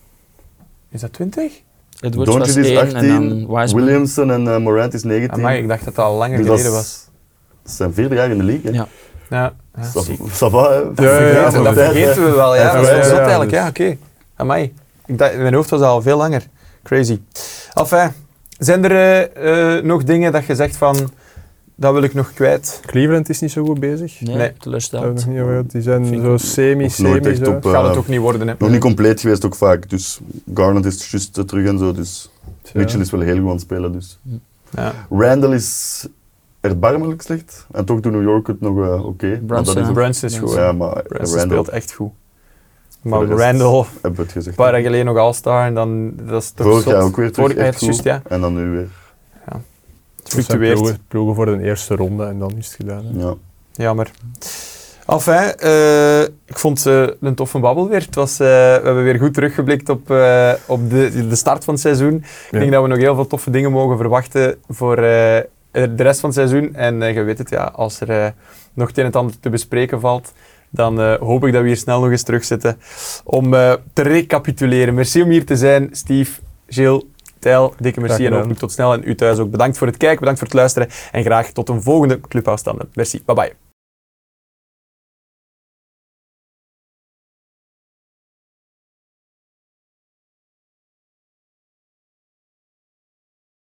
Is dat twintig? Edwards was Doncic is één en achttien, dan Wiseman. Williamson en uh, Morant is negentien. Amai, ik dacht dat dat al langer Dus dat geleden is- was. Dat is zijn vierde jaar in de league, hè. Ja. Ja, ja. Ça ziek. ça va, hè. Dat, Ja, ja, ja, vergeten, dat Van tijd, vergeten hè. we wel, ja. Ja, Dat is ja, wel zot ja, eigenlijk, dus- ja, oké. Amai. Ik dacht, mijn hoofd was al veel langer. Crazy. Enfin, zijn er eh, eh, nog dingen dat je zegt van, dat wil ik nog kwijt? Cleveland is niet zo goed bezig. Nee, Nee. Daar hebben teleurstellend. we nog niet over gehad. Die zijn Vind zo ik semi, Of nooit semi echt zo. op, eh, Gaat het ook niet worden, hè? Nog niet compleet geweest ook vaak, dus Garland is juist uh, terug en zo, dus Ja. Mitchell is wel heel goed aan het spelen, dus. Ja. Randall is erbarmelijk slecht, en toch doet New York het nog uh, oké. Okay. Brunson, ja. Brunson is goed. Ja, maar Brunson Randall, speelt echt goed. Maar Voor de rest Randall, hebben we het gezegd. een paar jaar geleden nog All-Star en dan, dat is toch Vorig zot. jaar ook weer terug Vorig- ja, echt het is goed, juist, ja. en dan nu weer. Het Dat zijn fluctueert. ploegen, ploegen voor de eerste ronde en dan is het gedaan. Hè. Ja. Jammer. Enfin, eh, ik vond het uh, een toffe babbel weer. Het was, uh, we hebben weer goed teruggeblikt op, uh, op de, de start van het seizoen. Ik Ja. denk dat we nog heel veel toffe dingen mogen verwachten voor uh, de rest van het seizoen. En uh, je weet het, ja, als er uh, nog het een en het ander te bespreken valt, dan uh, hoop ik dat we hier snel nog eens terugzitten om uh, te recapituleren. Merci om hier te zijn, Steve, Gilles, Tijl, dikke merci en hopelijk tot snel. En u thuis ook bedankt voor het kijken, bedankt voor het luisteren en graag tot een volgende Clubhouse Tandem. Merci, bye bye.